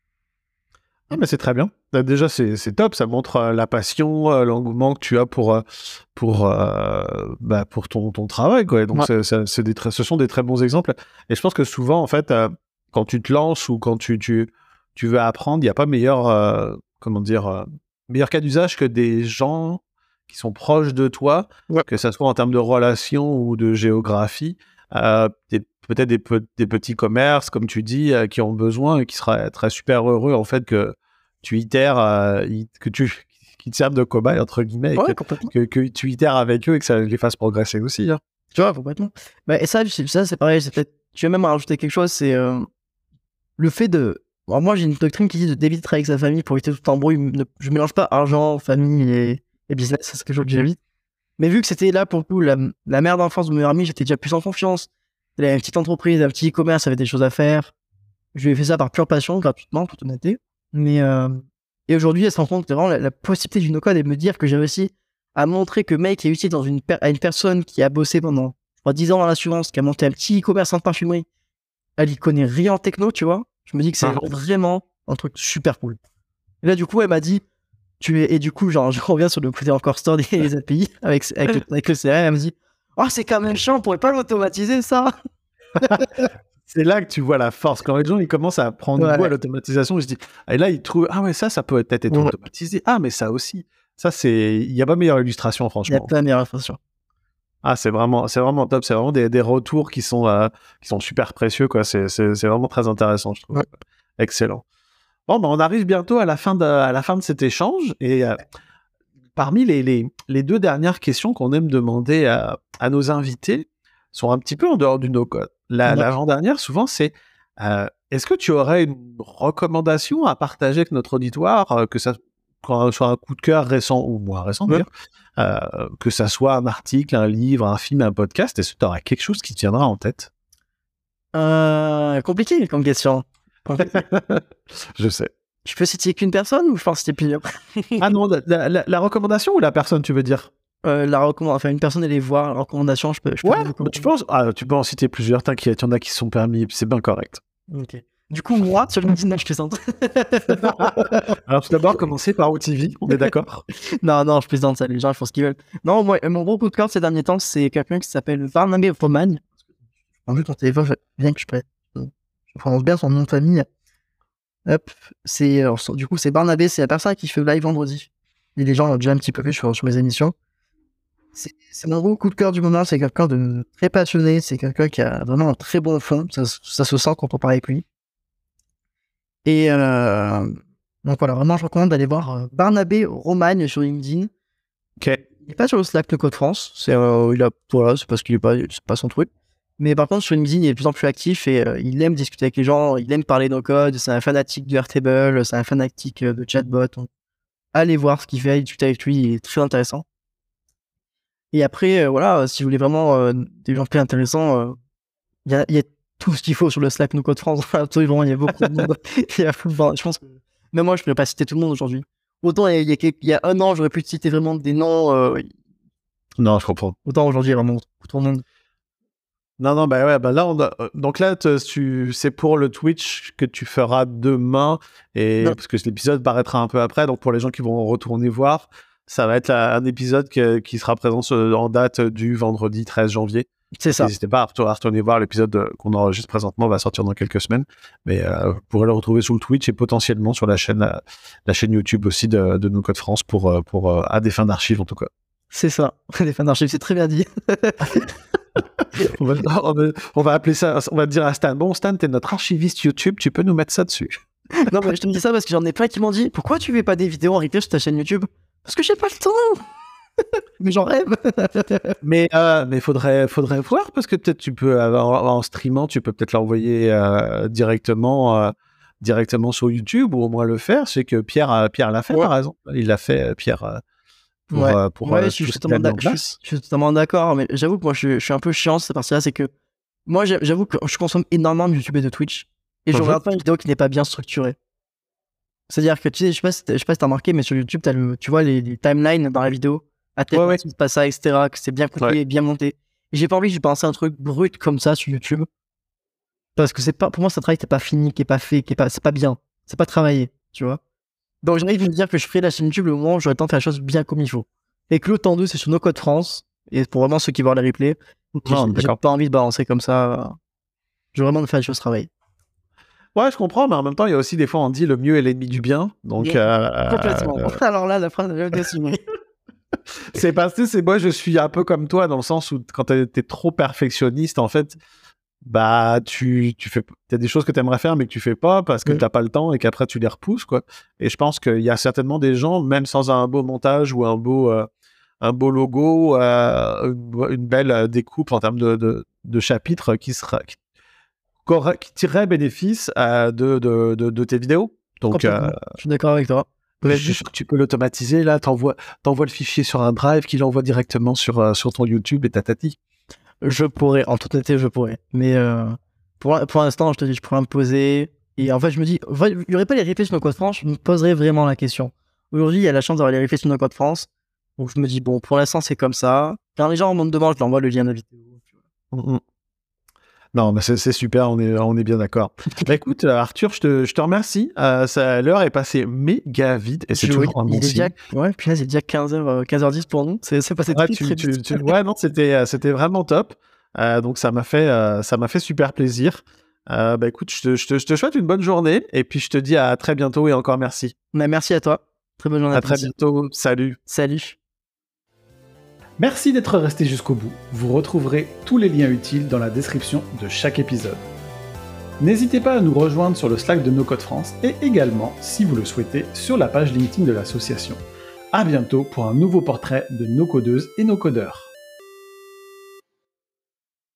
Ah, mais c'est très bien. Déjà, c'est, c'est top. Ça montre euh, la passion, euh, l'engouement que tu as pour, euh, pour, euh, bah, pour ton, ton travail, quoi. Et donc, ouais. c'est, c'est, c'est des très, ce sont des très bons exemples. Et je pense que souvent, en fait, euh, quand tu te lances ou quand tu, tu, tu veux apprendre, il n'y a pas meilleur, euh, comment dire, euh, meilleur cas d'usage que des gens qui sont proches de toi, ouais. que ça soit en termes de relations ou de géographie, euh, des, peut-être des, pe- des petits commerces, comme tu dis, euh, qui ont besoin et qui seraient très super heureux en fait que tu itères, euh, que tu qu'ils te servent de cobaye entre guillemets, ouais, et que, que, que tu itères avec eux et que ça les fasse progresser aussi. Hein. Tu vois, complètement. Bah, et ça, ça c'est pareil. C'est peut-être. Tu vas même rajouter quelque chose, c'est euh, le fait de. Alors moi, j'ai une doctrine qui dit d'éviter de travailler avec sa famille pour éviter tout embrouille. Ne... Je mélange pas argent, famille et et business, ça c'est quelque chose que j'évite. Mais vu que c'était là pour le coup la, la mère d'enfance de mon meilleur ami, j'étais déjà plus en confiance. Elle avait une petite entreprise, un petit e-commerce, avait des choses à faire. Je lui ai fait ça par pure passion, gratuitement, toute honnêteté. Mais euh... et aujourd'hui, elle se rend compte que vraiment la, la possibilité du no-code et me dire que j'ai réussi à montrer que mec est utile dans une per... à une personne qui a bossé pendant je crois dix ans dans l'assurance, qui a monté un petit e-commerce en parfumerie elle y connaît rien en techno, tu vois. Je me dis que c'est Ah. vraiment un truc super cool. Et là, du coup, elle m'a dit, tu es, et du coup, genre, je reviens sur le côté encore store des les A P I avec, avec, le, avec le C R M, elle me dit, oh, c'est quand même chiant, on pourrait pas l'automatiser, ça. C'est là que tu vois la force. Quand les gens ils commencent à prendre Ouais. goût à l'automatisation, ils se disent, et là, ils trouvent, ah ouais, ça, ça peut peut-être être Ouais. automatisé. Ah, mais ça aussi. Ça, c'est, il n'y a pas meilleure illustration, Il n'y a franchement. pas de meilleure illustration. Ah, c'est vraiment, c'est vraiment top. C'est vraiment des, des retours qui sont, euh, qui sont super précieux, quoi. C'est, c'est, c'est vraiment très intéressant, je trouve. Ouais. Excellent. Bon, ben, on arrive bientôt à la fin de, à la fin de cet échange. Et euh, parmi les, les, les deux dernières questions qu'on aime demander à, à nos invités sont un petit peu en dehors du no-code. La, Ouais. l'avant-dernière, souvent, c'est euh, est-ce que tu aurais une recommandation à partager avec notre auditoire, euh, que ça soit un coup de cœur récent ou moins récent, Ouais. d'ailleurs, euh, que ça soit un article, un livre, un film, un podcast, est-ce que tu auras quelque chose qui te viendra en tête? Euh, compliqué comme question. Je sais. Je peux citer qu'une personne ou je pense citer plusieurs? Ah non, la, la, la recommandation ou la personne, tu veux dire? Euh, la recommandation, enfin une personne allait voir la recommandation, je peux. Je peux Ouais, vous bah, recommander. tu, peux en, ah, tu peux en citer plusieurs, t'inquiète, il y en a qui sont permis, c'est bien correct. Ok. Du coup, moi, sur LinkedIn, je plaisante. Alors tout d'abord, commencer par O T V, on est d'accord? non, non, je plaisante, ça, les gens ils font ce qu'ils veulent. Non, moi, mon gros coup de cœur ces derniers temps, c'est quelqu'un qui s'appelle Barnabé Roman. En vue de ton téléphone, je- bien que je, pré- je prononce bien son nom de famille. Hop, c'est alors, du coup, c'est Barnabé, c'est la personne qui fait live vendredi. Et les gens l'ont déjà un petit peu vu sur, sur mes émissions. C'est c'est mon gros coup de cœur du moment, c'est quelqu'un de très passionné, c'est quelqu'un qui a vraiment un très bon fond, ça, ça se sent quand on parle avec lui. Et euh, donc voilà, vraiment, je recommande d'aller voir euh, Barnabé Romagne sur LinkedIn. Ok. Il n'est pas sur le Slack No Code France, c'est euh, il a, voilà, c'est parce qu'il est pas, c'est pas son truc. Mais par contre, sur LinkedIn, il est de plus en plus actif et euh, il aime discuter avec les gens, il aime parler no code, c'est un fanatique de Airtable, c'est un fanatique euh, de chatbot. Donc, allez voir ce qu'il fait, allez discuter avec lui, il est très intéressant. Et après, euh, voilà, euh, si vous voulez vraiment euh, des gens plus intéressants, euh, il y, a, y a tout ce qu'il faut sur le Slack No Code France. Absolument, il y a beaucoup de monde. Il y a, enfin, je pense que même moi, je ne pourrais pas citer tout le monde aujourd'hui. Autant il y, y, y, y a un an, j'aurais pu te citer vraiment des noms. Euh, Non, je comprends. autant aujourd'hui, il y a vraiment tout le monde. Non, non, bah ouais, bah là, on a... donc là, tu... c'est pour le Twitch que tu feras demain, et Non. parce que l'épisode paraîtra un peu après, donc pour les gens qui vont retourner voir, ça va être un épisode que... qui sera présent en date du vendredi treize janvier. C'est ça. N'hésitez pas à retourner voir l'épisode qu'on enregistre présentement, va sortir dans quelques semaines, mais euh, vous pourrez le retrouver sur le Twitch et potentiellement sur la chaîne, la, la chaîne YouTube aussi de, de No Code France pour, pour, à des fins d'archives en tout cas. C'est ça, des fins d'archives, c'est très bien dit. on, va, on, va, on va appeler ça, on va dire à Stan, bon Stan, t'es notre archiviste YouTube, tu peux nous mettre ça dessus. Non, mais je te dis ça parce que j'en ai plein qui m'ont dit, pourquoi tu fais pas des vidéos en replay sur ta chaîne YouTube? Parce que j'ai pas le temps. Mais j'en rêve. mais euh, mais faudrait faudrait voir parce que peut-être tu peux avoir, en streamant, tu peux peut-être l'envoyer euh, directement euh, directement sur YouTube ou au moins le faire. C'est que Pierre euh, Pierre l'a fait, ouais. Par exemple. Il l'a fait Pierre euh, pour ouais. euh, pour ouais, euh, je suis totalement d'accord. Je, je suis totalement d'accord, mais j'avoue que moi je, je suis un peu chiant cette partie-là, c'est que moi j'avoue que je consomme énormément de YouTube et de Twitch et je mm-hmm. regarde pas une vidéo qui n'est pas bien structurée. C'est-à-dire que tu sais, je sais pas si, je sais pas si t'as remarqué, mais sur YouTube t'as le, tu vois les, les timelines dans la vidéo. À tel ouais, ouais. il se passe ça, et cetera, que c'est bien coupé, ouais. bien monté. Et j'ai pas envie que je pense à un truc brut comme ça sur YouTube. Parce que c'est pas, pour moi, c'est un travail qui est pas fini, qui est pas fait, qui est pas, c'est pas bien. C'est pas travaillé, tu vois. Donc j'ai envie de me dire que je ferai la chaîne YouTube le moment où j'aurai le temps de faire la chose bien comme il faut. Et que le temps deux, c'est sur No Code France. Et pour vraiment ceux qui vont les replays, non, j'ai, j'ai pas envie de balancer comme ça. Je veux vraiment faire les choses travailler. Ouais, je comprends, mais en même temps, il y a aussi des fois, on dit le mieux est l'ennemi du bien. Donc, yeah. euh, complètement. Euh... Alors là, la phrase est décimée. C'est parce que c'est moi, je suis un peu comme toi dans le sens où quand t'es, t'es trop perfectionniste, en fait, bah tu tu fais, t'as des choses que t'aimerais faire mais que tu fais pas parce que oui. t'as pas le temps et qu'après tu les repousses quoi. Et je pense qu'il y a certainement des gens, même sans un beau montage ou un beau euh, un beau logo, euh, une, une belle découpe en termes de de, de chapitres qui sera qui, qui tirerait bénéfice euh, de, de de de tes vidéos. Donc, euh, je suis d'accord avec toi. Je suis sûr que tu peux l'automatiser, là, t'envoies, t'envoies le fichier sur un drive qui l'envoie directement sur, euh, sur ton YouTube et tatati. Je pourrais, en toute honnêteté, je pourrais. Mais euh, pour, pour l'instant, je te dis, je pourrais me poser. Et en fait, je me dis, il n'y aurait pas les replays sur No Code France, je me poserais vraiment la question. Aujourd'hui, il y a la chance d'avoir les replays sur No Code France. Donc je me dis, bon, pour l'instant, c'est comme ça. Quand les gens me demandent, je leur envoie le lien de la vidéo. Mm-hmm. Non, mais c'est, c'est super, on est, on est bien d'accord. Bah écoute, euh, Arthur, je te, je te remercie. Euh, ça, l'heure est passée méga vite et c'est Je- toujours un il bon est déjà, signe. ouais, puis là, c'est déjà quinze heures, quinze heures dix pour nous. C'est, c'est passé Ouais, très, tu, très tu, vite. tu- ouais, non, c'était, euh, c'était vraiment top. Euh, donc ça m'a fait, euh, ça m'a fait super plaisir. Euh, bah écoute, je te, je, te, je te souhaite une bonne journée et puis je te dis à très bientôt et encore merci. Mais merci à toi. Très bonne journée À à très tous. bientôt. Salut. Salut. Merci d'être resté jusqu'au bout. Vous retrouverez tous les liens utiles dans la description de chaque épisode. N'hésitez pas à nous rejoindre sur le Slack de No Code France et également, si vous le souhaitez, sur la page LinkedIn de l'association. À bientôt pour un nouveau portrait de nos codeuses et nos codeurs.